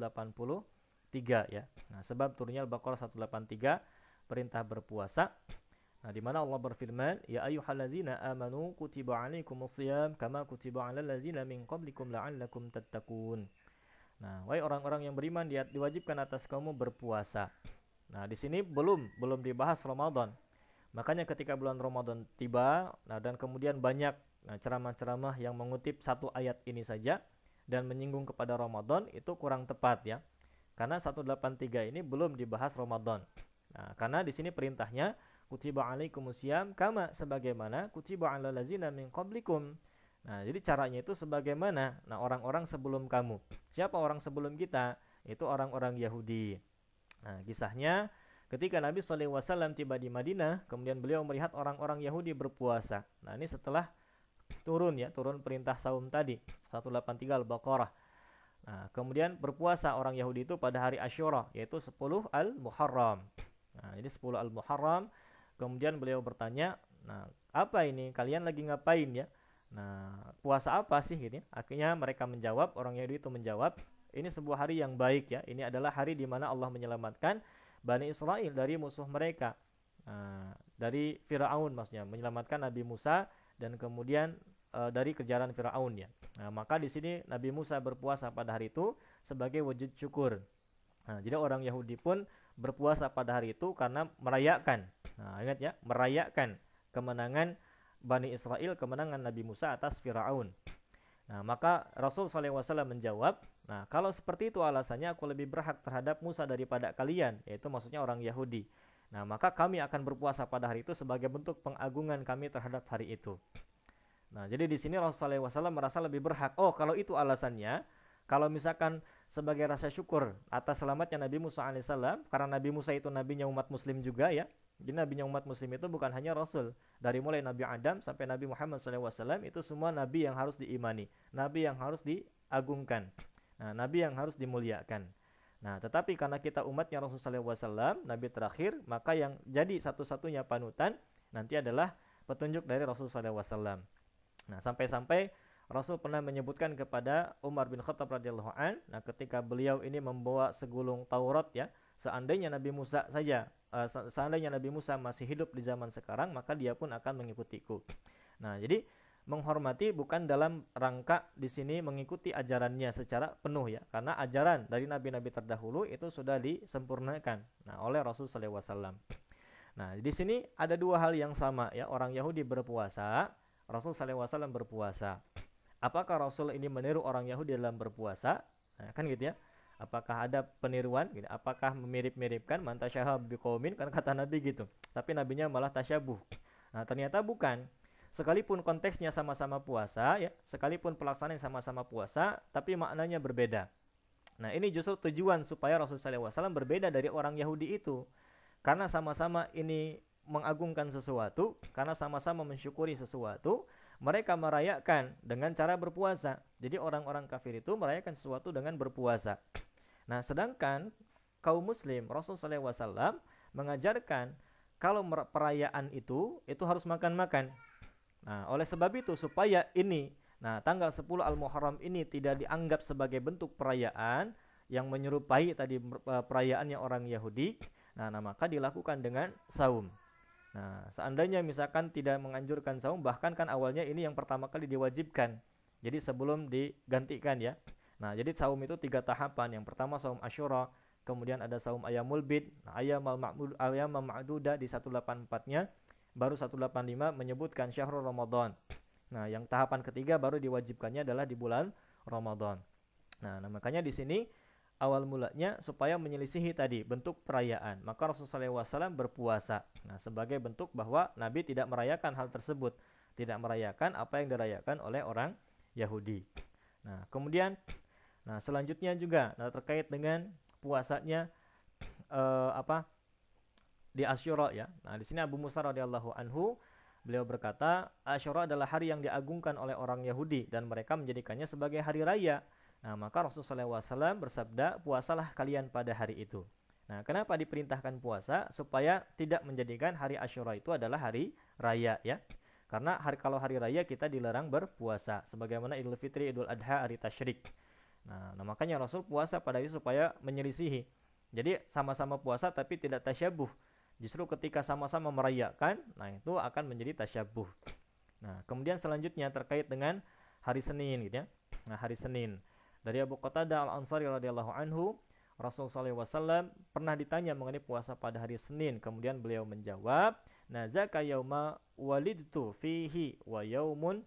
183 ya. Nah, sebab turunnya Al-Baqarah 183 perintah berpuasa. Nah, di mana Allah berfirman, "Ya ayyuhallazina amanu kutiba 'alaikumusiyam kama kutiba 'alal ladzina min qablikum la'allakum tattaqun." Nah, wahai orang-orang yang beriman, diwajibkan atas kamu berpuasa. Nah, di sini belum dibahas Ramadan. Makanya ketika bulan Ramadan tiba, nah dan kemudian banyak ceramah-ceramah yang mengutip satu ayat ini saja dan menyinggung kepada Ramadan, itu kurang tepat ya. Karena 183 ini belum dibahas Ramadan. Nah, karena di sini perintahnya kutiba alaikumusiyam kama, sebagaimana kutiba alal ladzina min qablikum. Nah, jadi caranya itu sebagaimana orang-orang sebelum kamu. Siapa orang sebelum kita? Itu orang-orang Yahudi. Nah, kisahnya ketika Nabi SAW tiba di Madinah, kemudian beliau melihat orang-orang Yahudi berpuasa. Nah, ini setelah turun perintah saum tadi 183 Al-Baqarah. Nah, kemudian berpuasa orang Yahudi itu pada hari Asyura, yaitu 10 Al-Muharram. Nah, jadi 10 Al-Muharram. Kemudian beliau bertanya, nah apa ini? Kalian lagi ngapain ya? Nah, puasa apa sih ini? Akhirnya mereka menjawab, orang Yahudi itu menjawab, ini sebuah hari yang baik ya. Ini adalah hari di mana Allah menyelamatkan Bani Israel dari musuh mereka. Nah, dari Firaun maksudnya, menyelamatkan Nabi Musa dan kemudian dari kejaran Firaun ya. Nah, maka di sini Nabi Musa berpuasa pada hari itu sebagai wujud syukur. Nah, jadi orang Yahudi pun berpuasa pada hari itu karena merayakan. Nah, ingat ya, merayakan kemenangan Bani Israel, kemenangan Nabi Musa atas Firaun. Nah, maka Rasul SAW menjawab, nah kalau seperti itu alasannya aku lebih berhak terhadap Musa daripada kalian, yaitu maksudnya orang Yahudi. Nah, maka kami akan berpuasa pada hari itu sebagai bentuk pengagungan kami terhadap hari itu. Nah, jadi di sini Rasulullah SAW merasa lebih berhak. Oh, kalau itu alasannya, kalau misalkan sebagai rasa syukur atas selamatnya Nabi Musa alaihissalam, karena Nabi Musa itu nabinya umat muslim juga ya. Jadi nabinya umat muslim itu bukan hanya Rasul. Dari mulai Nabi Adam sampai Nabi Muhammad SAW itu semua nabi yang harus diimani. Nabi yang harus diagungkan. Nah, nabi yang harus dimuliakan. Nah, tetapi karena kita umatnya Rasulullah SAW, nabi terakhir, maka yang jadi satu-satunya panutan nanti adalah petunjuk dari Rasulullah SAW. Nah, sampai-sampai Rasul pernah menyebutkan kepada Umar bin Khattab radhiyallahu an, nah ketika beliau ini membawa segulung Taurat ya, seandainya Nabi Musa masih hidup di zaman sekarang, maka dia pun akan mengikutiku. Nah, jadi menghormati bukan dalam rangka di sini mengikuti ajarannya secara penuh ya, karena ajaran dari nabi-nabi terdahulu itu sudah disempurnakan oleh Rasul sallallahu alaihi wasallam. Nah, di sini ada dua hal yang sama ya, orang Yahudi berpuasa, Rasul sallallahu alaihi wasallam berpuasa. Apakah Rasul ini meniru orang Yahudi dalam berpuasa? Nah, kan gitu ya. Apakah ada peniruan gitu? Apakah memirip-miripkan man tasyabaha biqaumin, kan kata Nabi gitu. Tapi nabinya malah tasyabuh. Nah, ternyata bukan. Sekalipun konteksnya sama-sama puasa ya, sekalipun pelaksanaan sama-sama puasa, tapi maknanya berbeda. Nah, ini justru tujuan supaya Rasulullah SAW berbeda dari orang Yahudi itu. Karena sama-sama ini mengagungkan sesuatu, karena sama-sama mensyukuri sesuatu, mereka merayakan dengan cara berpuasa. Jadi orang-orang kafir itu merayakan sesuatu dengan berpuasa. Nah, sedangkan kaum muslim, Rasulullah SAW mengajarkan kalau perayaan itu harus makan-makan. Nah, oleh sebab itu supaya ini, tanggal 10 Al-Muharram ini tidak dianggap sebagai bentuk perayaan yang menyerupai tadi perayaannya orang Yahudi, maka dilakukan dengan saum. Nah, seandainya misalkan tidak menganjurkan saum, bahkan kan awalnya ini yang pertama kali diwajibkan. Jadi sebelum digantikan ya. Nah, jadi saum itu 3 tahapan. Yang pertama saum Asyura, kemudian ada saum Ayyamul Bid, nah, Ayyam Ma'dudah di 184-nya, baru 185 menyebutkan syahrul Ramadan. Nah, yang tahapan ketiga baru diwajibkannya adalah di bulan Ramadan. Nah, makanya di sini awal mulanya supaya menyelisihi tadi bentuk perayaan. Maka Rasulullah SAW berpuasa. Nah, sebagai bentuk bahwa Nabi tidak merayakan hal tersebut, tidak merayakan apa yang dirayakan oleh orang Yahudi. Nah, kemudian selanjutnya juga terkait dengan puasanya di Asyura ya. Nah, di sini Abu Musa radhiyallahu anhu beliau berkata, Asyura adalah hari yang diagungkan oleh orang Yahudi dan mereka menjadikannya sebagai hari raya. Nah, maka Rasulullah SAW bersabda, puasalah kalian pada hari itu. Nah, kenapa diperintahkan puasa? Supaya tidak menjadikan hari Asyura itu adalah hari raya ya. Karena kalau hari raya kita dilarang berpuasa, sebagaimana Idul Fitri, Idul Adha, hari tasyrik. Nah, makanya Rasul puasa pada itu supaya menyelisihi. Jadi sama-sama puasa tapi tidak tasyabuh. Justru ketika sama-sama merayakan, nah itu akan menjadi tasyabuh. Nah, kemudian selanjutnya terkait dengan hari Senin gitu ya. Nah, hari Senin. Dari Abu Qatadah Al-Ansari radhiyallahu anhu, Rasulullah SAW pernah ditanya mengenai puasa pada hari Senin. Kemudian beliau menjawab, "Nazaka yauma walidtu fihi wa yaumun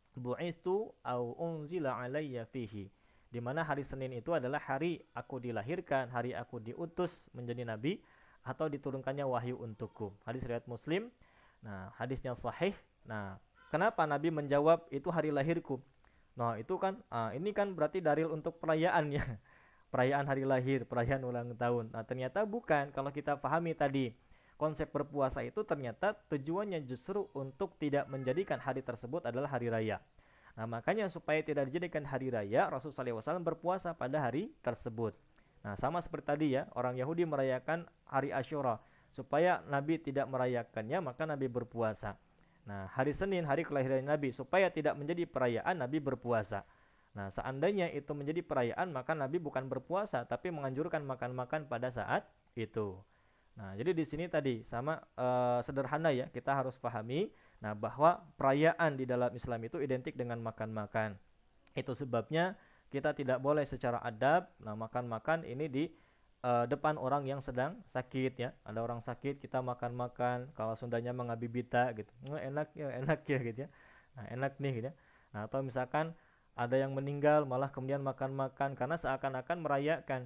bu'istu au unzila alayya fihi." Di mana hari Senin itu adalah hari aku dilahirkan, hari aku diutus menjadi nabi, atau diturunkannya wahyu untukku. Hadis riwayat Muslim. Nah, hadisnya sahih. Nah, kenapa Nabi menjawab itu hari lahirku? Nah, itu kan ini kan berarti dalil untuk perayaan ya. Perayaan hari lahir, perayaan ulang tahun. Nah, ternyata bukan. Kalau kita pahami tadi, konsep berpuasa itu ternyata tujuannya justru untuk tidak menjadikan hari tersebut adalah hari raya. Nah, makanya supaya tidak dijadikan hari raya, Rasulullah SAW berpuasa pada hari tersebut. Nah, sama seperti tadi ya, orang Yahudi merayakan hari Asyura. Supaya Nabi tidak merayakannya, maka Nabi berpuasa. Nah, hari Senin, hari kelahiran Nabi, supaya tidak menjadi perayaan, Nabi berpuasa. Nah, seandainya itu menjadi perayaan, maka Nabi bukan berpuasa, tapi menganjurkan makan-makan pada saat itu. Nah, jadi di sini tadi sama sederhana ya, kita harus pahami. Nah, bahwa perayaan di dalam Islam itu identik dengan makan-makan. Itu sebabnya kita tidak boleh secara adab makan-makan ini di depan orang yang sedang sakit ya. Ada orang sakit kita makan-makan, kalau Sundanya mengabibita gitu. Enak ya gitu ya. Nah, enak nih gitu ya. Nah, atau misalkan ada yang meninggal malah kemudian makan-makan karena seakan-akan merayakan.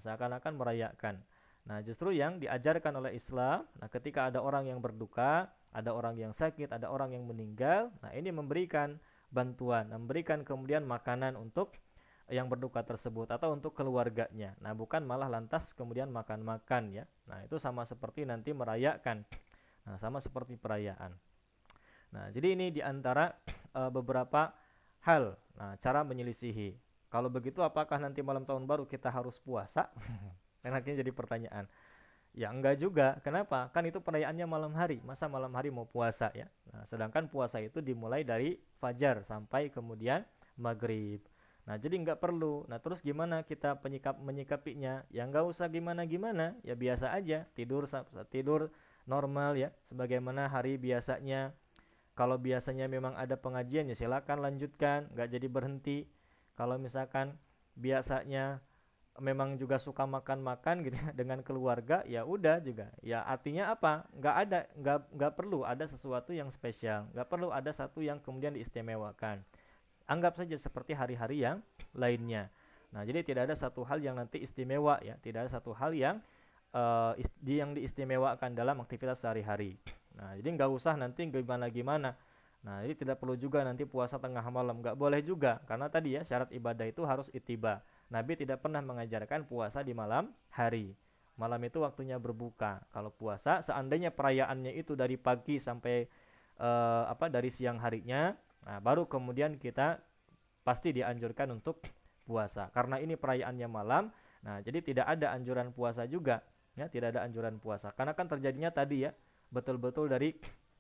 Nah, justru yang diajarkan oleh Islam, ketika ada orang yang berduka, ada orang yang sakit, ada orang yang meninggal, nah ini memberikan bantuan, memberikan kemudian makanan untuk yang berduka tersebut atau untuk keluarganya. Nah, bukan malah lantas kemudian makan-makan ya. Nah, itu sama seperti nanti merayakan. Nah, sama seperti perayaan. Nah, jadi ini diantara beberapa hal. Nah, cara menyelisihi. Kalau begitu apakah nanti malam tahun baru kita harus puasa? Enaknya jadi pertanyaan. Ya enggak juga. Kenapa? Kan itu perayaannya malam hari. Masa malam hari mau puasa ya? Nah, sedangkan puasa itu dimulai dari fajar sampai kemudian maghrib. Nah, jadi nggak perlu. Nah, terus gimana kita menyikapinya? Ya nggak usah gimana-gimana. Ya biasa aja. Tidur normal ya. Sebagaimana hari biasanya. Kalau biasanya memang ada pengajian ya silakan lanjutkan. Nggak jadi berhenti. Kalau misalkan biasanya memang juga suka makan-makan gitu ya, dengan keluarga, ya udah juga. Ya artinya apa? Nggak perlu ada sesuatu yang spesial. Nggak perlu ada satu yang kemudian diistimewakan. Anggap saja seperti hari-hari yang lainnya. Nah, jadi tidak ada satu hal yang nanti istimewa ya, tidak ada satu hal yang diistimewakan dalam aktivitas sehari-hari. Nah, jadi nggak usah nanti gimana-gimana. Nah, jadi tidak perlu juga nanti puasa tengah malam, nggak boleh juga karena tadi ya syarat ibadah itu harus ittiba. Nabi tidak pernah mengajarkan puasa di malam hari. Malam itu waktunya berbuka. Kalau puasa, seandainya perayaannya itu dari pagi sampai dari siang harinya. Nah, baru kemudian kita pasti dianjurkan untuk puasa. Karena ini perayaannya malam, nah jadi tidak ada anjuran puasa juga. Ya, tidak ada anjuran puasa. Karena kan terjadinya tadi ya, betul-betul dari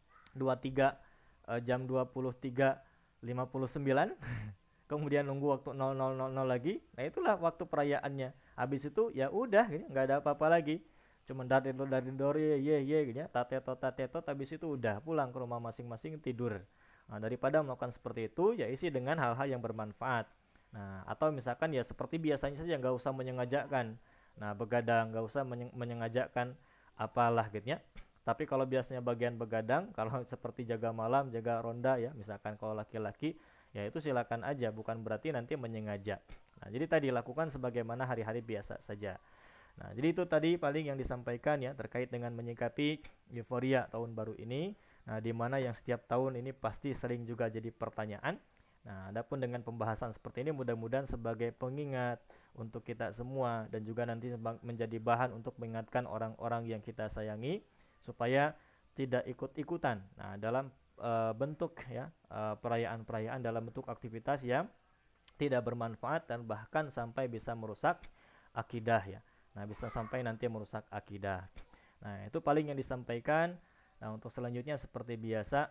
23 jam 23.59, kemudian nunggu waktu 00.00 lagi. Nah, itulah waktu perayaannya. Habis itu ya udah, gitu, nggak ada apa-apa lagi. Cuma dari gitu ya, tatetot, habis itu udah pulang ke rumah masing-masing tidur. Nah, daripada melakukan seperti itu, ya isi dengan hal-hal yang bermanfaat. Nah, atau misalkan ya seperti biasanya saja, nggak usah menyengajakan. Nah, begadang, nggak usah menyengajakan apalah gitu ya. Tapi kalau biasanya bagian begadang, kalau seperti jaga malam, jaga ronda ya, misalkan kalau laki-laki, ya itu silakan aja, bukan berarti nanti menyengaja. Nah, jadi tadi lakukan sebagaimana hari-hari biasa saja. Nah, jadi itu tadi paling yang disampaikan ya terkait dengan menyikapi euforia tahun baru ini. Nah, di mana yang setiap tahun ini pasti sering juga jadi pertanyaan. Nah, adapun dengan pembahasan seperti ini mudah-mudahan sebagai pengingat untuk kita semua dan juga nanti menjadi bahan untuk mengingatkan orang-orang yang kita sayangi supaya tidak ikut-ikutan. Nah, dalam bentuk ya perayaan-perayaan dalam bentuk aktivitas yang tidak bermanfaat dan bahkan sampai bisa merusak akidah ya. Nah, bisa sampai nanti merusak akidah. Nah, itu paling yang disampaikan. Nah, untuk selanjutnya seperti biasa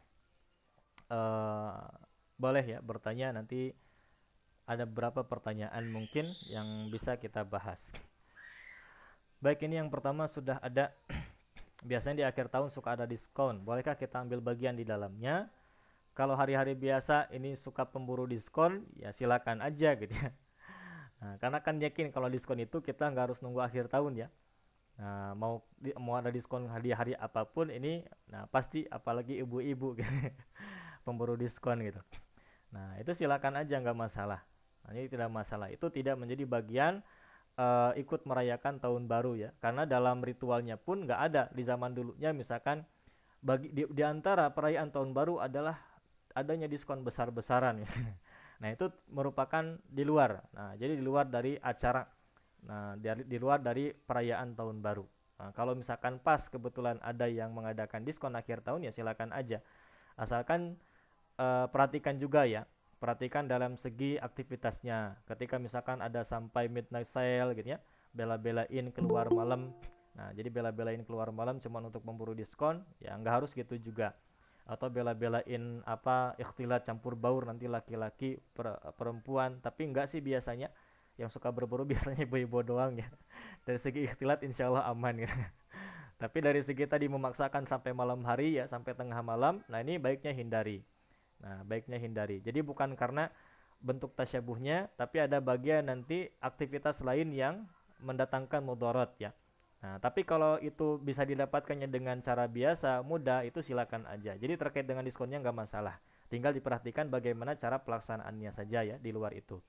boleh ya bertanya, nanti ada beberapa pertanyaan mungkin yang bisa kita bahas. Baik, ini yang pertama sudah ada. Biasanya di akhir tahun suka ada diskon. Bolehkah kita ambil bagian di dalamnya? Kalau hari-hari biasa ini suka pemburu diskon, ya silakan aja gitu ya. Nah, karena kan yakin kalau diskon itu kita nggak harus nunggu akhir tahun ya. Nah, mau ada diskon di hari apapun ini, nah pasti apalagi ibu-ibu gitu, pemburu diskon gitu. Nah, itu silakan aja, nggak masalah. Nah, ini tidak masalah. Itu tidak menjadi bagian ikut merayakan tahun baru ya. Karena dalam ritualnya pun nggak ada di zaman dulunya. Misalkan di antara perayaan tahun baru adalah adanya diskon besar-besaran ya. Nah, itu merupakan di luar. Nah, jadi di luar dari acara. Nah, di luar dari perayaan tahun baru. Nah, kalau misalkan pas kebetulan ada yang mengadakan diskon akhir tahun, ya silakan aja. Asalkan perhatikan juga ya. Perhatikan dalam segi aktivitasnya. Ketika misalkan ada sampai midnight sale gitu ya, bela-belain keluar malam. Nah, jadi bela-belain keluar malam cuma untuk memburu diskon, ya nggak harus gitu juga. Atau bela-belain ikhtilat campur baur nanti laki-laki perempuan, tapi enggak sih biasanya. Yang suka berburu biasanya ibu-ibu doang ya. Dari segi ikhtilat insya Allah aman ya. Tapi dari segi tadi memaksakan sampai malam hari ya, sampai tengah malam, nah ini baiknya hindari. Nah, baiknya hindari. Jadi bukan karena bentuk tasyabuhnya, tapi ada bagian nanti aktivitas lain yang mendatangkan mudarat ya. Nah, tapi kalau itu bisa didapatkannya dengan cara biasa, mudah, itu silakan aja. Jadi terkait dengan diskonnya nggak masalah. Tinggal diperhatikan bagaimana cara pelaksanaannya saja ya di luar itu.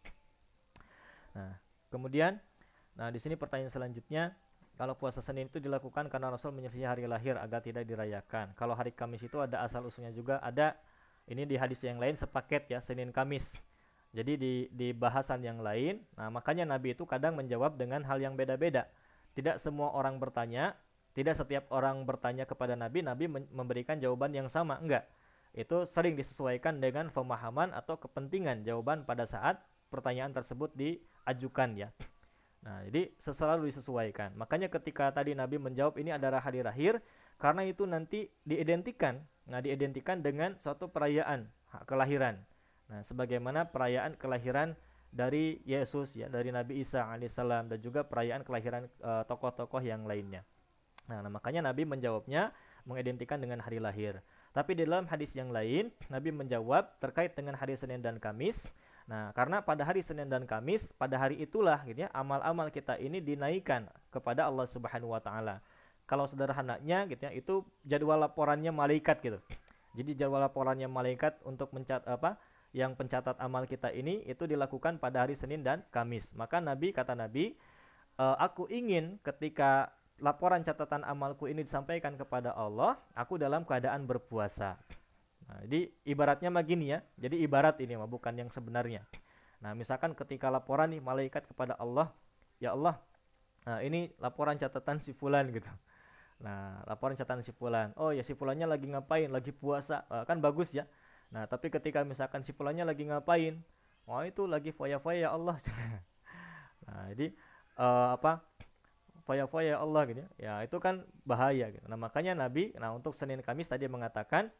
Nah, kemudian, di sini pertanyaan selanjutnya, kalau puasa Senin itu dilakukan karena Rasul menyelisih hari lahir agar tidak dirayakan. Kalau hari Kamis itu ada asal usulnya juga, ada ini di hadis yang lain sepaket ya, Senin Kamis. Jadi di bahasan yang lain, nah makanya Nabi itu kadang menjawab dengan hal yang beda-beda. Tidak semua orang bertanya, tidak setiap orang bertanya kepada Nabi memberikan jawaban yang sama, enggak. Itu sering disesuaikan dengan pemahaman atau kepentingan jawaban pada saat pertanyaan tersebut diajukan ya. Nah, jadi selalu disesuaikan. Makanya ketika tadi Nabi menjawab ini adalah hari lahir, karena itu nanti diidentikan dengan suatu perayaan kelahiran. Nah, sebagaimana perayaan kelahiran dari Yesus ya, dari Nabi Isa alaihissalam, dan juga perayaan kelahiran tokoh-tokoh yang lainnya. Nah, makanya Nabi menjawabnya mengidentikan dengan hari lahir. Tapi di dalam hadis yang lain, Nabi menjawab terkait dengan hari Senin dan Kamis. Nah, karena pada hari Senin dan Kamis, pada hari itulah gitu ya, amal-amal kita ini dinaikkan kepada Allah Subhanahu wa taala. Kalau sederhananya gitu ya, itu jadwal laporannya malaikat gitu. Jadi jadwal laporannya malaikat untuk yang pencatat amal kita ini itu dilakukan pada hari Senin dan Kamis. Maka kata Nabi, aku ingin ketika laporan catatan amalku ini disampaikan kepada Allah, aku dalam keadaan berpuasa. Nah, jadi ibaratnya begini ya. Jadi ibarat ini bukan yang sebenarnya. Nah, misalkan ketika laporan nih malaikat kepada Allah, ya Allah, nah ini laporan catatan si fulan gitu. Nah, laporan catatan si fulan. Oh ya, si fulannya lagi ngapain? Lagi puasa. Kan bagus ya. Nah, tapi ketika misalkan si fulannya lagi ngapain? Wah, itu lagi foya-foya ya Allah. Nah, jadi foya-foya ya Allah gitu ya. Ya, itu kan bahaya gitu. Nah, makanya Nabi untuk Senin Kamis tadi mengatakan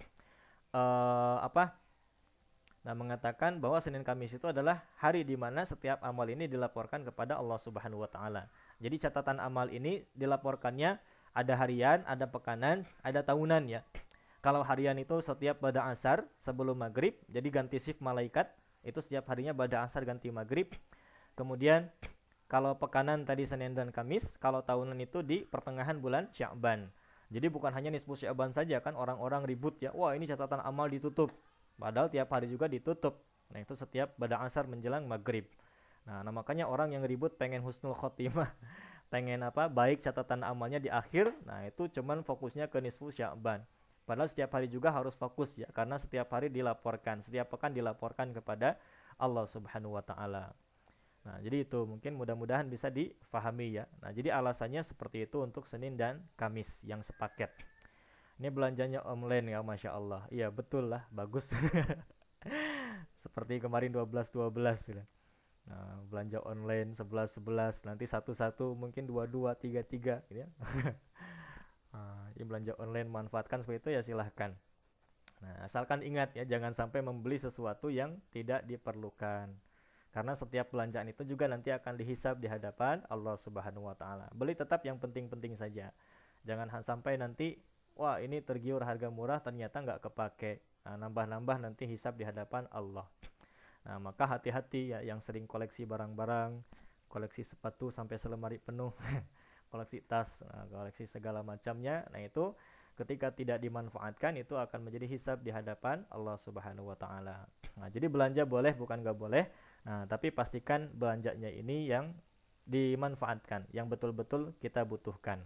mengatakan bahwa Senin Kamis itu adalah hari di mana setiap amal ini dilaporkan kepada Allah Subhanahu wa taala. Jadi catatan amal ini dilaporkannya ada harian, ada pekanan, ada tahunan ya. Kalau harian itu setiap pada asar sebelum maghrib, jadi ganti shift malaikat, itu setiap harinya pada asar ganti maghrib. Kemudian kalau pekanan tadi Senin dan Kamis, kalau tahunan itu di pertengahan bulan Sya'ban. Jadi bukan hanya nisfu Sya'ban saja kan, orang-orang ribut ya, wah ini catatan amal ditutup. Padahal tiap hari juga ditutup. Nah itu setiap pada asar menjelang maghrib. Nah makanya orang yang ribut pengen husnul khotimah, pengen apa, baik catatan amalnya di akhir, nah itu cuman fokusnya ke nisfu Sya'ban. Padahal setiap hari juga harus fokus ya, karena setiap hari dilaporkan, setiap pekan dilaporkan kepada Allah Subhanahu wa taala. Nah, jadi itu mungkin mudah-mudahan bisa difahami ya. Nah, jadi alasannya seperti itu untuk Senin dan Kamis yang sepaket. Ini belanjanya online ya, Masya Allah. Iya, betul lah, bagus. Seperti kemarin 12-12 gitu. Nah, belanja online 11-11, nanti 1-1, mungkin 2-2, 3-3 gitu ya. Nah, ini belanja online manfaatkan seperti itu ya silahkan. Nah, asalkan ingat ya, jangan sampai membeli sesuatu yang tidak diperlukan. Karena setiap belanjaan itu juga nanti akan dihisab di hadapan Allah Subhanahu wa taala. Beli tetap yang penting-penting saja. Jangan sampai nanti wah ini tergiur harga murah ternyata nggak kepake. Nah, nambah-nambah nanti hisab di hadapan Allah. Nah, maka hati-hati ya yang sering koleksi barang-barang, koleksi sepatu sampai selemari penuh, koleksi tas, koleksi segala macamnya. Nah, itu ketika tidak dimanfaatkan itu akan menjadi hisab di hadapan Allah Subhanahu wa taala. Nah, jadi belanja boleh bukan nggak boleh. Nah, tapi pastikan belanjanya ini yang dimanfaatkan, yang betul-betul kita butuhkan.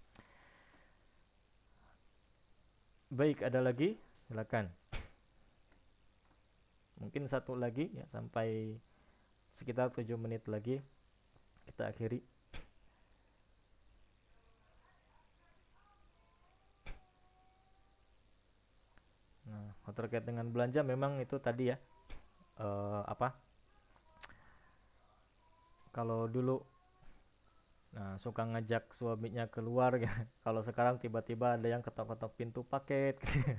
Baik, ada lagi? Silakan. Mungkin satu lagi ya, sampai sekitar 7 menit lagi kita akhiri. Nah, terkait dengan belanja memang itu tadi ya, kalau dulu suka ngajak suaminya keluar gitu. Kalau sekarang tiba-tiba ada yang ketok-ketok pintu paket gitu.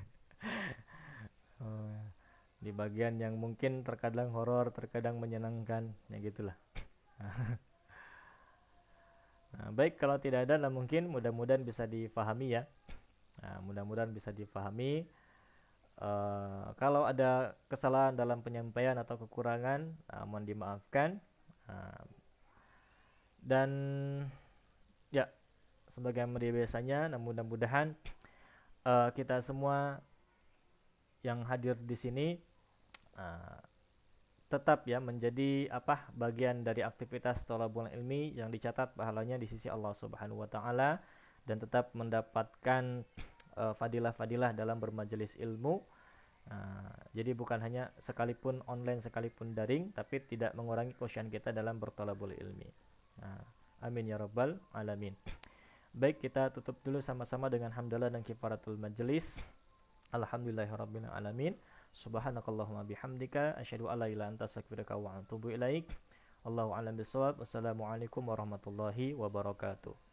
Di bagian yang mungkin terkadang horor, terkadang menyenangkan, ya gitulah. Nah, baik kalau tidak ada, nah mungkin mudah-mudahan bisa difahami ya. Nah, mudah-mudahan bisa difahami. Kalau ada kesalahan dalam penyampaian atau kekurangan, mohon dimaafkan. Dan ya sebagai biasanya, mudah-mudahan kita semua yang hadir di sini tetap ya menjadi bagian dari aktivitas thalabul ilmi yang dicatat pahalanya di sisi Allah Subhanahu wa taala, dan tetap mendapatkan fadilah-fadilah dalam bermajelis ilmu. Jadi bukan hanya sekalipun online sekalipun daring, tapi tidak mengurangi khusyuk kita dalam berthalabul ilmi. Amin ya rabbal alamin. Baik, kita tutup dulu sama-sama dengan hamdalah dan kifaratul majelis. Alhamdulillahirabbil alamin. Subhanakallahumma bihamdika asyhadu alla ilaha illa anta astaghfiruka wa atubu ilaik. Allahu a'lam bissawab. Wassalamualaikum warahmatullahi wabarakatuh.